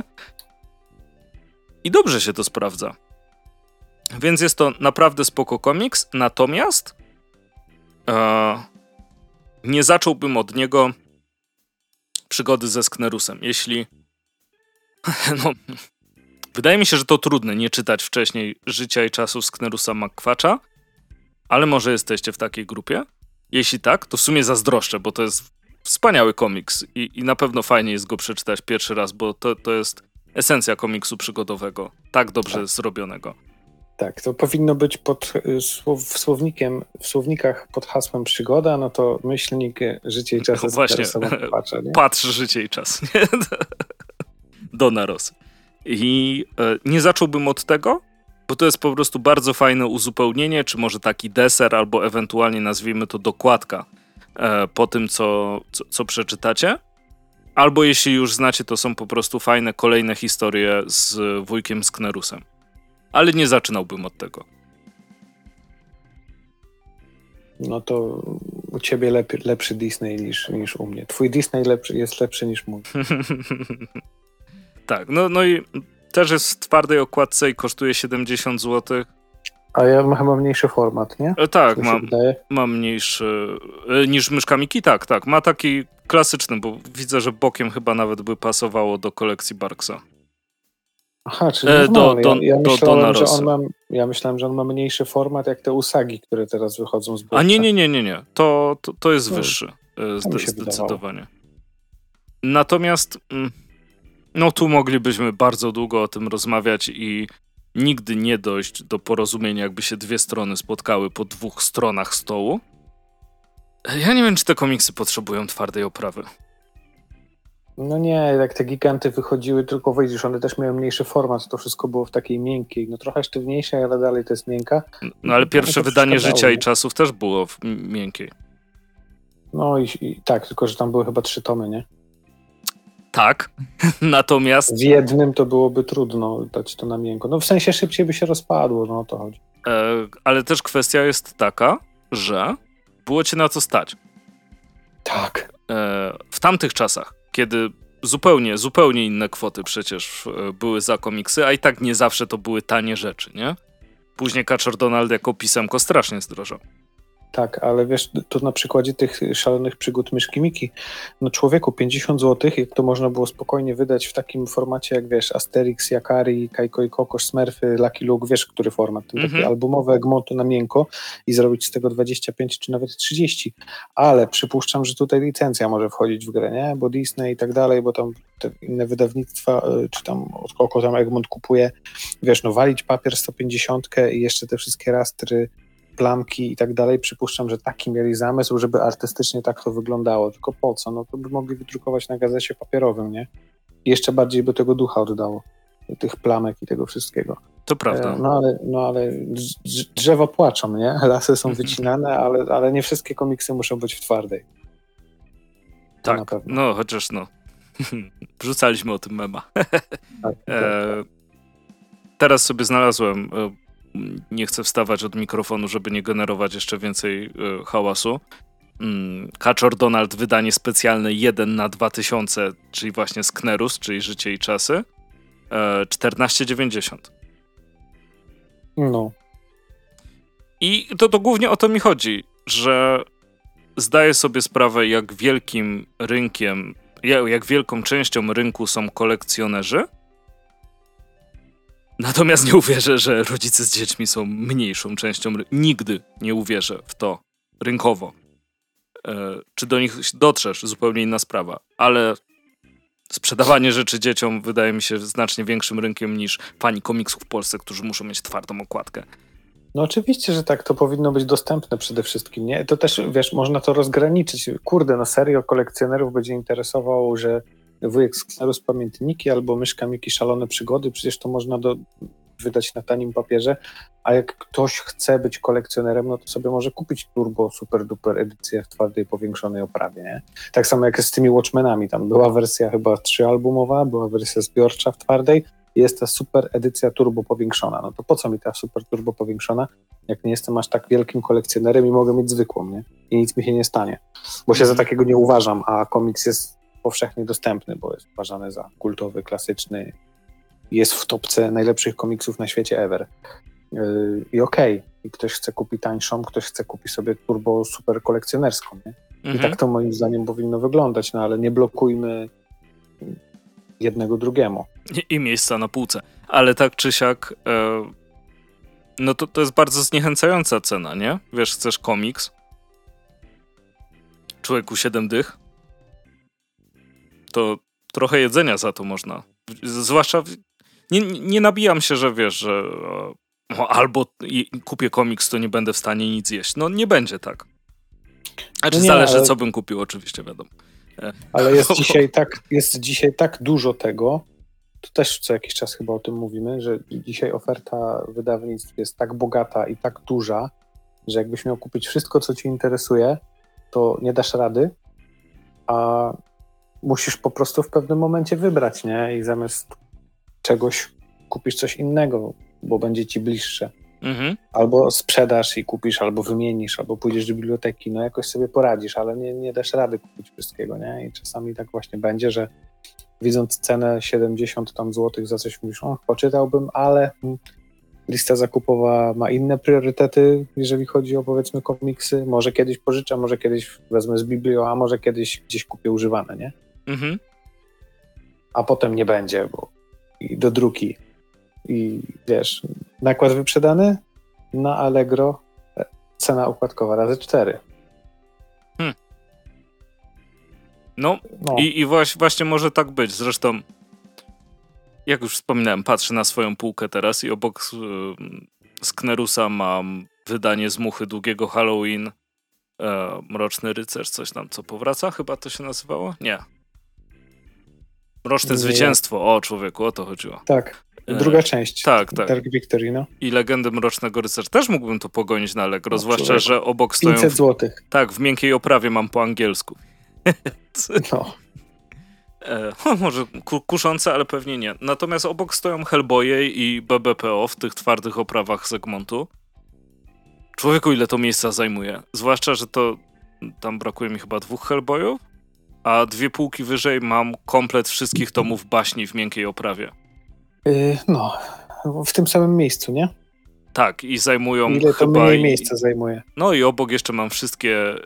I dobrze się to sprawdza. Więc jest to naprawdę spoko komiks, natomiast e, nie zacząłbym od niego przygody ze Sknerusem. Jeśli... no... Wydaje mi się, że to trudne nie czytać wcześniej Życia i czasów Sknerusa McQuatcha, ale może jesteście w takiej grupie? Jeśli tak, to w sumie zazdroszczę, bo to jest wspaniały komiks i, i na pewno fajnie jest go przeczytać pierwszy raz, bo to, to jest esencja komiksu przygodowego, tak dobrze tak. zrobionego. Tak, to powinno być pod słow, słownikiem, w słownikach pod hasłem przygoda, no to myślnik Życie i czasy no właśnie, Sknerusa McQuatcha, nie? Patrz Życie i czas, nie? Donna Ross. I e, nie zacząłbym od tego, bo to jest po prostu bardzo fajne uzupełnienie, czy może taki deser, albo ewentualnie nazwijmy to dokładka e, po tym, co, co, co przeczytacie. Albo jeśli już znacie, to są po prostu fajne kolejne historie z wujkiem Sknerusem. Ale nie zaczynałbym od tego. No to u ciebie lepiej, lepszy Disney niż, niż u mnie. Twój Disney lepszy, jest lepszy niż mój. Tak, no, no i też jest w twardej okładce i kosztuje siedemdziesiąt złotych. A ja mam chyba mniejszy format, nie? E, tak, mam, mam mniejszy e, niż myszka Miki, tak, tak. Ma taki klasyczny, bo widzę, że bokiem chyba nawet by pasowało do kolekcji Barksa. Aha, czyli e, do, do, ja, ja, do, myślałem, do że on ma, ja myślałem, że on ma mniejszy format jak te Usagi, które teraz wychodzą z boku. A nie, nie, nie, nie, nie. To, to, to jest no, wyższy. Zde, zdecydowanie. Wydawało. Natomiast no tu moglibyśmy bardzo długo o tym rozmawiać i nigdy nie dojść do porozumienia, jakby się dwie strony spotkały po dwóch stronach stołu. Ja nie wiem, czy te komiksy potrzebują twardej oprawy. No nie, jak te giganty wychodziły, tylko widzisz, one też miały mniejszy format, to wszystko było w takiej miękkiej, no trochę sztywniejszej, ale dalej to jest miękka. No ale pierwsze wydanie Życia i czasów też było w miękkiej. No i, i tak, tylko że tam były chyba trzy tomy, nie? Tak, natomiast... W jednym to byłoby trudno dać to na miękko. No w sensie szybciej by się rozpadło, no o to chodzi. E, ale też kwestia jest taka, że było cię na co stać. Tak. E, w tamtych czasach, kiedy zupełnie, zupełnie inne kwoty przecież e, były za komiksy, a i tak nie zawsze to były tanie rzeczy, nie? Później Kaczor Donald jako pisemko strasznie zdrożał. Tak, ale wiesz, to na przykładzie tych szalonych przygód myszki Miki, no człowieku, pięćdziesiąt złotych, jak to można było spokojnie wydać w takim formacie jak, wiesz, Asterix, Yakari, Kajko i Kokosz, Smurfy, Lucky Luke, wiesz, który format, ten mm-hmm. taki albumowy Egmontu na miękko i zrobić z tego dwadzieścia pięć czy nawet trzydzieści, ale przypuszczam, że tutaj licencja może wchodzić w grę, nie, bo Disney i tak dalej, bo tam te inne wydawnictwa, czy tam od kogo tam Egmont kupuje, wiesz, no walić papier sto pięćdziesiąt i jeszcze te wszystkie rastry, plamki i tak dalej, przypuszczam, że taki mieli zamysł, żeby artystycznie tak to wyglądało. Tylko po co? No to by mogli wydrukować na gazecie papierowym, nie? I jeszcze bardziej by tego ducha oddało. Tych plamek i tego wszystkiego. To prawda. E, no ale, no ale drzewa płaczą, nie? Lasy są wycinane, ale, ale nie wszystkie komiksy muszą być w twardej. To tak, no chociaż no. Wrzucaliśmy o tym mema. Tak, e, teraz sobie znalazłem nie chcę wstawać od mikrofonu, żeby nie generować jeszcze więcej y, hałasu. Mm, Kaczor Donald, wydanie specjalne jeden na dwa tysiące, czyli właśnie Sknerus, czyli Życie i czasy. E, czternaście dziewięćdziesiąt. No. I to, to głównie o to mi chodzi, że zdaję sobie sprawę, jak wielkim rynkiem, jak wielką częścią rynku są kolekcjonerzy. Natomiast nie uwierzę, że rodzice z dziećmi są mniejszą częścią. Ry- Nigdy nie uwierzę w to rynkowo. E, czy do nich dotrzesz, zupełnie inna sprawa. Ale sprzedawanie rzeczy dzieciom wydaje mi się znacznie większym rynkiem niż fani komiksów w Polsce, którzy muszą mieć twardą okładkę. No oczywiście, że tak, to powinno być dostępne przede wszystkim, nie? To też, wiesz, można to rozgraniczyć. Kurde, no serio kolekcjonerów będzie interesował, że wujek z Xeros pamiętniki albo myszka Miki szalone przygody, przecież to można do, wydać na tanim papierze, a jak ktoś chce być kolekcjonerem, no to sobie może kupić turbo, super duper edycję w twardej, powiększonej oprawie, nie? Tak samo jak z tymi Watchmenami, tam była wersja chyba trzyalbumowa, była wersja zbiorcza w twardej, jest ta super edycja turbo powiększona. No to po co mi ta super turbo powiększona, jak nie jestem aż tak wielkim kolekcjonerem i mogę mieć zwykłą, nie? I nic mi się nie stanie. Bo się za takiego nie uważam, a komiks jest powszechnie dostępny, bo jest uważany za kultowy, klasyczny. Jest w topce najlepszych komiksów na świecie ever. Yy, I okej. Okay. I ktoś chce kupić tańszą, ktoś chce kupić sobie turbo super kolekcjonerską, nie? Mhm. I tak to moim zdaniem powinno wyglądać, no ale nie blokujmy jednego drugiemu. I, i miejsca na półce. Ale tak czy siak, e, no to, to jest bardzo zniechęcająca cena, nie? Wiesz, chcesz komiks? Człowieku siedem dych? To trochę jedzenia za to można. Zwłaszcza, w, nie, nie nabijam się, że wiesz, że o, albo i, kupię komiks, to nie będę w stanie nic jeść. No nie będzie tak. Znaczy no nie, zależy, ale... co bym kupił, oczywiście, wiadomo. Ale jest dzisiaj tak, jest dzisiaj tak dużo tego, to też co jakiś czas chyba o tym mówimy, że dzisiaj oferta wydawnictw jest tak bogata i tak duża, że jakbyś miał kupić wszystko, co ci interesuje, to nie dasz rady, a musisz po prostu w pewnym momencie wybrać, nie? I zamiast czegoś kupisz coś innego, bo będzie ci bliższe. Mhm. Albo sprzedasz i kupisz, albo wymienisz, albo pójdziesz do biblioteki, no jakoś sobie poradzisz, ale nie, nie dasz rady kupić wszystkiego, nie? I czasami tak właśnie będzie, że widząc cenę siedemdziesiąt tam złotych za coś mówisz, o, poczytałbym, ale lista zakupowa ma inne priorytety, jeżeli chodzi o, powiedzmy, komiksy. Może kiedyś pożyczę, może kiedyś wezmę z biblio, a może kiedyś gdzieś kupię używane, nie? Mhm. A potem nie będzie, bo i do druki. I wiesz, nakład wyprzedany na Allegro, cena układkowa razy cztery. Hmm. No, no. i, i właśnie, właśnie może tak być. Zresztą, jak już wspominałem, patrzę na swoją półkę teraz i obok y, Sknerusa mam wydanie z Muchy Długiego Halloween, e, Mroczny Rycerz, coś tam, co powraca, chyba to się nazywało? Nie. Mroczne Nie. Zwycięstwo, o człowieku, o to chodziło. Tak, druga część. Tak, tak. Dark Victory, no. I Legendy Mrocznego Rycerza. Też mógłbym to pogonić na Allegro, No, zwłaszcza, człowieku. że obok stoją... pięćset złotych. Tak, w miękkiej oprawie mam po angielsku. No. E, może ku, kuszące, ale pewnie nie. Natomiast obok stoją Hellboye i B B P O w tych twardych oprawach z Egmontu. Człowieku, ile to miejsca zajmuje. Zwłaszcza, że to tam brakuje mi chyba dwóch Hellboyów, a dwie półki wyżej mam komplet wszystkich tomów baśni w miękkiej oprawie. Yy, no, w tym samym miejscu, nie? Tak, i zajmują ile to chyba... mniej i, miejsca zajmuje. No i obok jeszcze mam wszystkie e,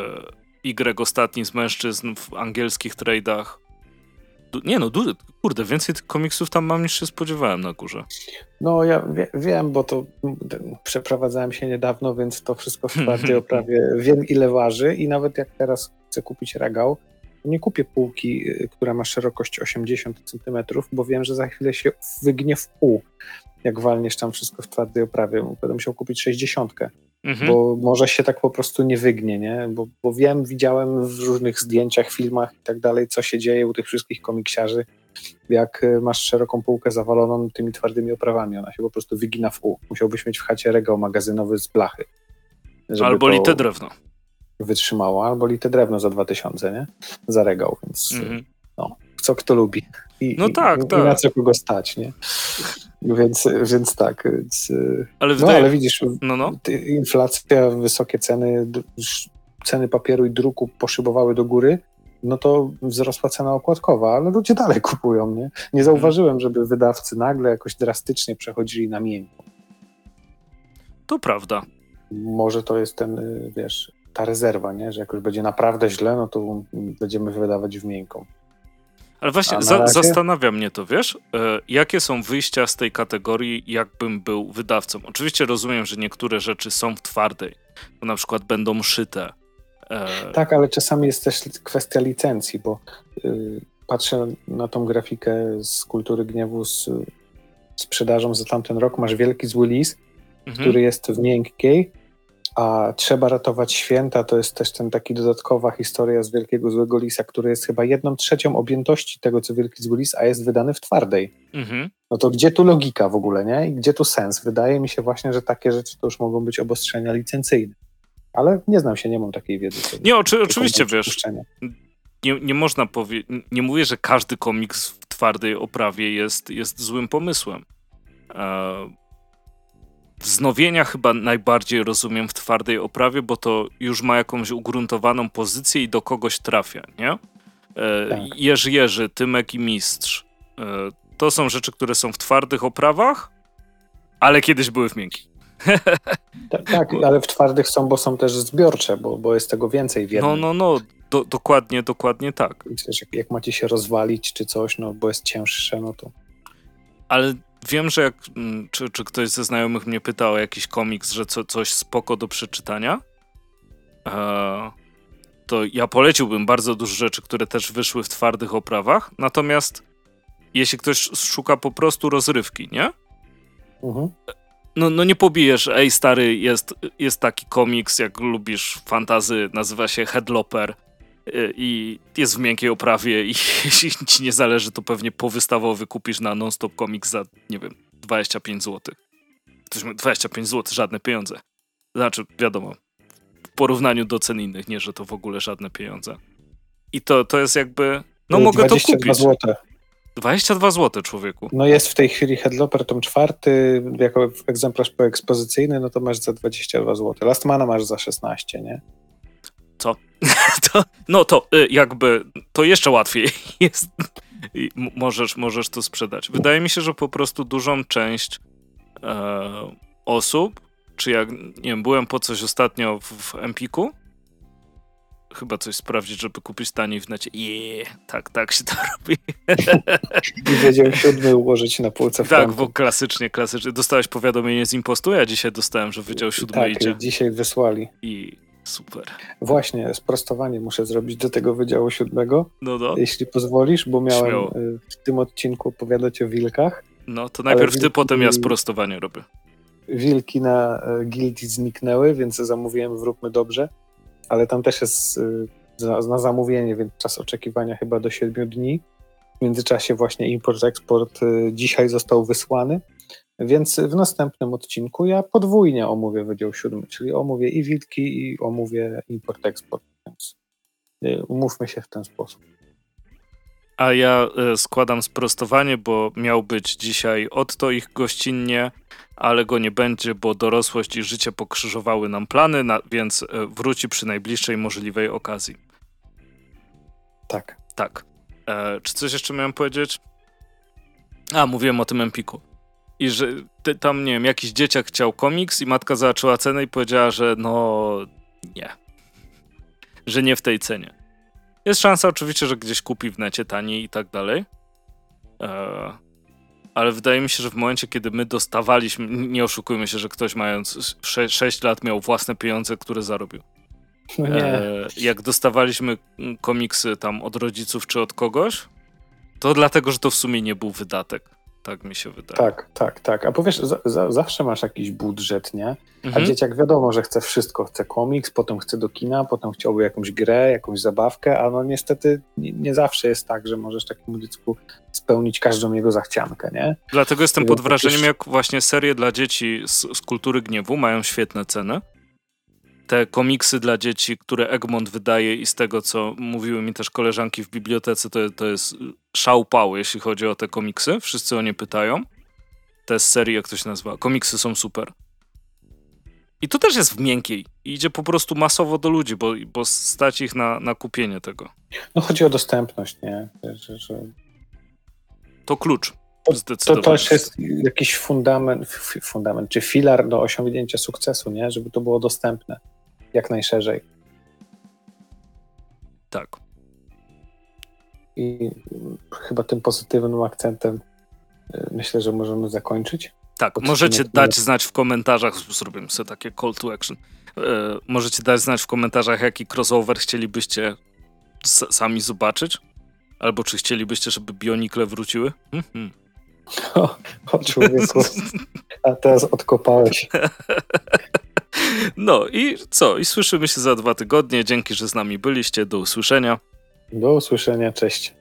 Y ostatni z mężczyzn w angielskich trade'ach. Du- nie no, du- kurde, więcej tych komiksów tam mam niż się spodziewałem na górze. No ja wie, wiem, bo to m, przeprowadzałem się niedawno, więc to wszystko w twardej oprawie wiem, ile waży i nawet jak teraz chcę kupić regał, to nie kupię półki, y, która ma szerokość osiemdziesiąt centymetrów, bo wiem, że za chwilę się wygnie w pół, jak walniesz tam wszystko w twardej oprawie. Będę musiał kupić sześćdziesiątkę. Mhm. Bo może się tak po prostu nie wygnie, nie? Bo, bo wiem, widziałem w różnych zdjęciach, filmach i tak dalej, co się dzieje u tych wszystkich komiksiarzy, jak masz szeroką półkę zawaloną tymi twardymi oprawami, ona się po prostu wygina w pół. Musiałbyś mieć w chacie regał magazynowy z blachy. Albo lite drewno. Wytrzymało, albo lite drewno za dwa tysiące, nie? Za regał, więc Mhm. no, co kto lubi. I, No i, tak, i, tak. I na co kogo stać, nie? Więc, więc tak. Więc, ale no wydaje... ale widzisz, no, no. inflacja, wysokie ceny, ceny papieru i druku poszybowały do góry, no to wzrosła cena okładkowa, ale ludzie dalej kupują, nie? Nie zauważyłem, żeby wydawcy nagle jakoś drastycznie przechodzili na miękko. To prawda. Może to jest ten, wiesz, ta rezerwa, nie? Że jak już będzie naprawdę źle, no to będziemy wydawać w miękką. Ale właśnie za, zastanawia mnie to, wiesz, e, jakie są wyjścia z tej kategorii, jakbym był wydawcą. Oczywiście rozumiem, że niektóre rzeczy są w twardej, bo na przykład będą szyte. E... Tak, ale czasami jest też kwestia licencji, bo y, patrzę na tą grafikę z Kultury Gniewu z y, sprzedażą za tamten rok. Masz wielki zły lis, mhm. który jest w miękkiej, a Trzeba ratować święta to jest też ten taki dodatkowa historia z Wielkiego Złego Lisa, który jest chyba jedną trzecią objętości tego, co Wielki Zły Lis, a jest wydany w twardej. Mhm. No to gdzie tu logika w ogóle, nie? I gdzie tu sens? Wydaje mi się właśnie, że takie rzeczy to już mogą być obostrzenia licencyjne. Ale nie znam się, nie mam takiej wiedzy. Nie, oczy, oczywiście, wiesz, nie, nie można powiedzieć, nie mówię, że każdy komiks w twardej oprawie jest, jest złym pomysłem. E- Wznowienia chyba najbardziej rozumiem w twardej oprawie, bo to już ma jakąś ugruntowaną pozycję i do kogoś trafia, nie? E, tak. Jerzy Jerzy, Tymek i Mistrz. E, to są rzeczy, które są w twardych oprawach, ale kiedyś były w miękkich. Tak, tak, ale w twardych są, bo są też zbiorcze, bo, bo jest tego więcej w jednym. No, no, no, do, dokładnie, dokładnie tak. Wiesz, jak, jak macie się rozwalić czy coś, no bo jest cięższe, no to... Ale wiem, że jak, czy, czy ktoś ze znajomych mnie pytał o jakiś komiks, że co, coś spoko do przeczytania, e, to ja poleciłbym bardzo dużo rzeczy, które też wyszły w twardych oprawach, natomiast jeśli ktoś szuka po prostu rozrywki, nie? Mhm. No, no nie pobijesz, ej stary, jest, jest taki komiks, jak lubisz fantazy, nazywa się Headloper i jest w miękkiej oprawie i jeśli ci nie zależy, to pewnie powystawowy kupisz na Non-Stop Comics za, nie wiem, dwadzieścia pięć złotych. Ktoś mówi, dwadzieścia pięć złotych, żadne pieniądze. Znaczy, wiadomo, w porównaniu do cen innych, nie, że to w ogóle żadne pieniądze. I to, to jest jakby, no mogę to kupić. Złote. dwadzieścia dwa złote, człowieku. No jest w tej chwili Headloper, tom czwarty, jako egzemplarz poekspozycyjny, no to masz za dwadzieścia dwa złote. Lastmana masz za szesnaście, nie? Co? to, no to jakby, to jeszcze łatwiej jest. I możesz, możesz to sprzedać. Wydaje mi się, że po prostu dużą część e, osób, czy jak, nie wiem, byłem po coś ostatnio w, w Empiku, chyba coś sprawdzić, żeby kupić taniej w necie. Jeee, tak, tak się to robi. I wiedział siódmy ułożyć na półce w Tak, bo klasycznie, klasycznie. Dostałeś powiadomienie z impostu, ja dzisiaj dostałem, że Wydział Siódmy tak, idzie. Tak, dzisiaj wysłali. I super. Właśnie, sprostowanie muszę zrobić do tego Wydziału Siódmego, no, no. jeśli pozwolisz, bo miałem Śmiało. w tym odcinku opowiadać o wilkach. No, to najpierw wilki, ty, potem ja sprostowanie robię. Wilki na gildii zniknęły, więc zamówiłem Wróbmy Dobrze, ale tam też jest na zamówienie, więc czas oczekiwania chyba do siedmiu dni. W międzyczasie właśnie import-eksport dzisiaj został wysłany, więc w następnym odcinku ja podwójnie omówię Wydział Siódmy, czyli omówię i wilki, i omówię import-eksport, więc umówmy się w ten sposób. A ja składam sprostowanie, bo miał być dzisiaj Otto ich gościnnie, ale go nie będzie, bo dorosłość i życie pokrzyżowały nam plany, na, więc wróci przy najbliższej możliwej okazji. Tak. Tak. E, czy coś jeszcze miałem powiedzieć? A, mówiłem o tym Empiku. I że ty, tam, nie wiem, jakiś dzieciak chciał komiks i matka zobaczyła cenę i powiedziała, że no nie. Że nie w tej cenie. Jest szansa oczywiście, że gdzieś kupi w necie taniej i tak dalej. E, ale wydaje mi się, że w momencie, kiedy my dostawaliśmy, nie oszukujmy się, że ktoś mając sześć lat miał własne pieniądze, które zarobił. No nie. E, jak dostawaliśmy komiksy tam od rodziców czy od kogoś, to dlatego, że to w sumie nie był wydatek. Tak mi się wydaje. Tak, tak, tak. A powiesz, za, za, zawsze masz jakiś budżet, nie? A Mhm. dzieciak wiadomo, że chce wszystko. Chce komiks, potem chce do kina, potem chciałby jakąś grę, jakąś zabawkę, a no niestety nie, nie zawsze jest tak, że możesz takiemu dziecku spełnić każdą jego zachciankę, nie? Dlatego jestem pod wrażeniem, już... jak właśnie serie dla dzieci z, z Kultury Gniewu mają świetne ceny. Te komiksy dla dzieci, które Egmont wydaje i z tego, co mówiły mi też koleżanki w bibliotece, to, to jest szał pały, jeśli chodzi o te komiksy. Wszyscy o nie pytają. Te z serii, jak to się nazywa, komiksy są super. I to też jest w miękkiej. I idzie po prostu masowo do ludzi, bo, bo stać ich na, na kupienie tego. No chodzi o dostępność, nie? Że, że... To klucz. To, to też jest jakiś fundament, fundament, czy filar do osiągnięcia sukcesu, nie? Żeby to było dostępne jak najszerzej. Tak. I chyba tym pozytywnym akcentem myślę, że możemy zakończyć. Tak, możecie dać znać w komentarzach, zrobimy sobie takie call to action, e, możecie dać znać w komentarzach, jaki crossover chcielibyście s- sami zobaczyć, albo czy chcielibyście, żeby Bionikle wróciły. Mhm. O, o człowieku, a teraz odkopałeś. No i co? I słyszymy się za dwa tygodnie. Dzięki, że z nami byliście. Do usłyszenia. Do usłyszenia, cześć.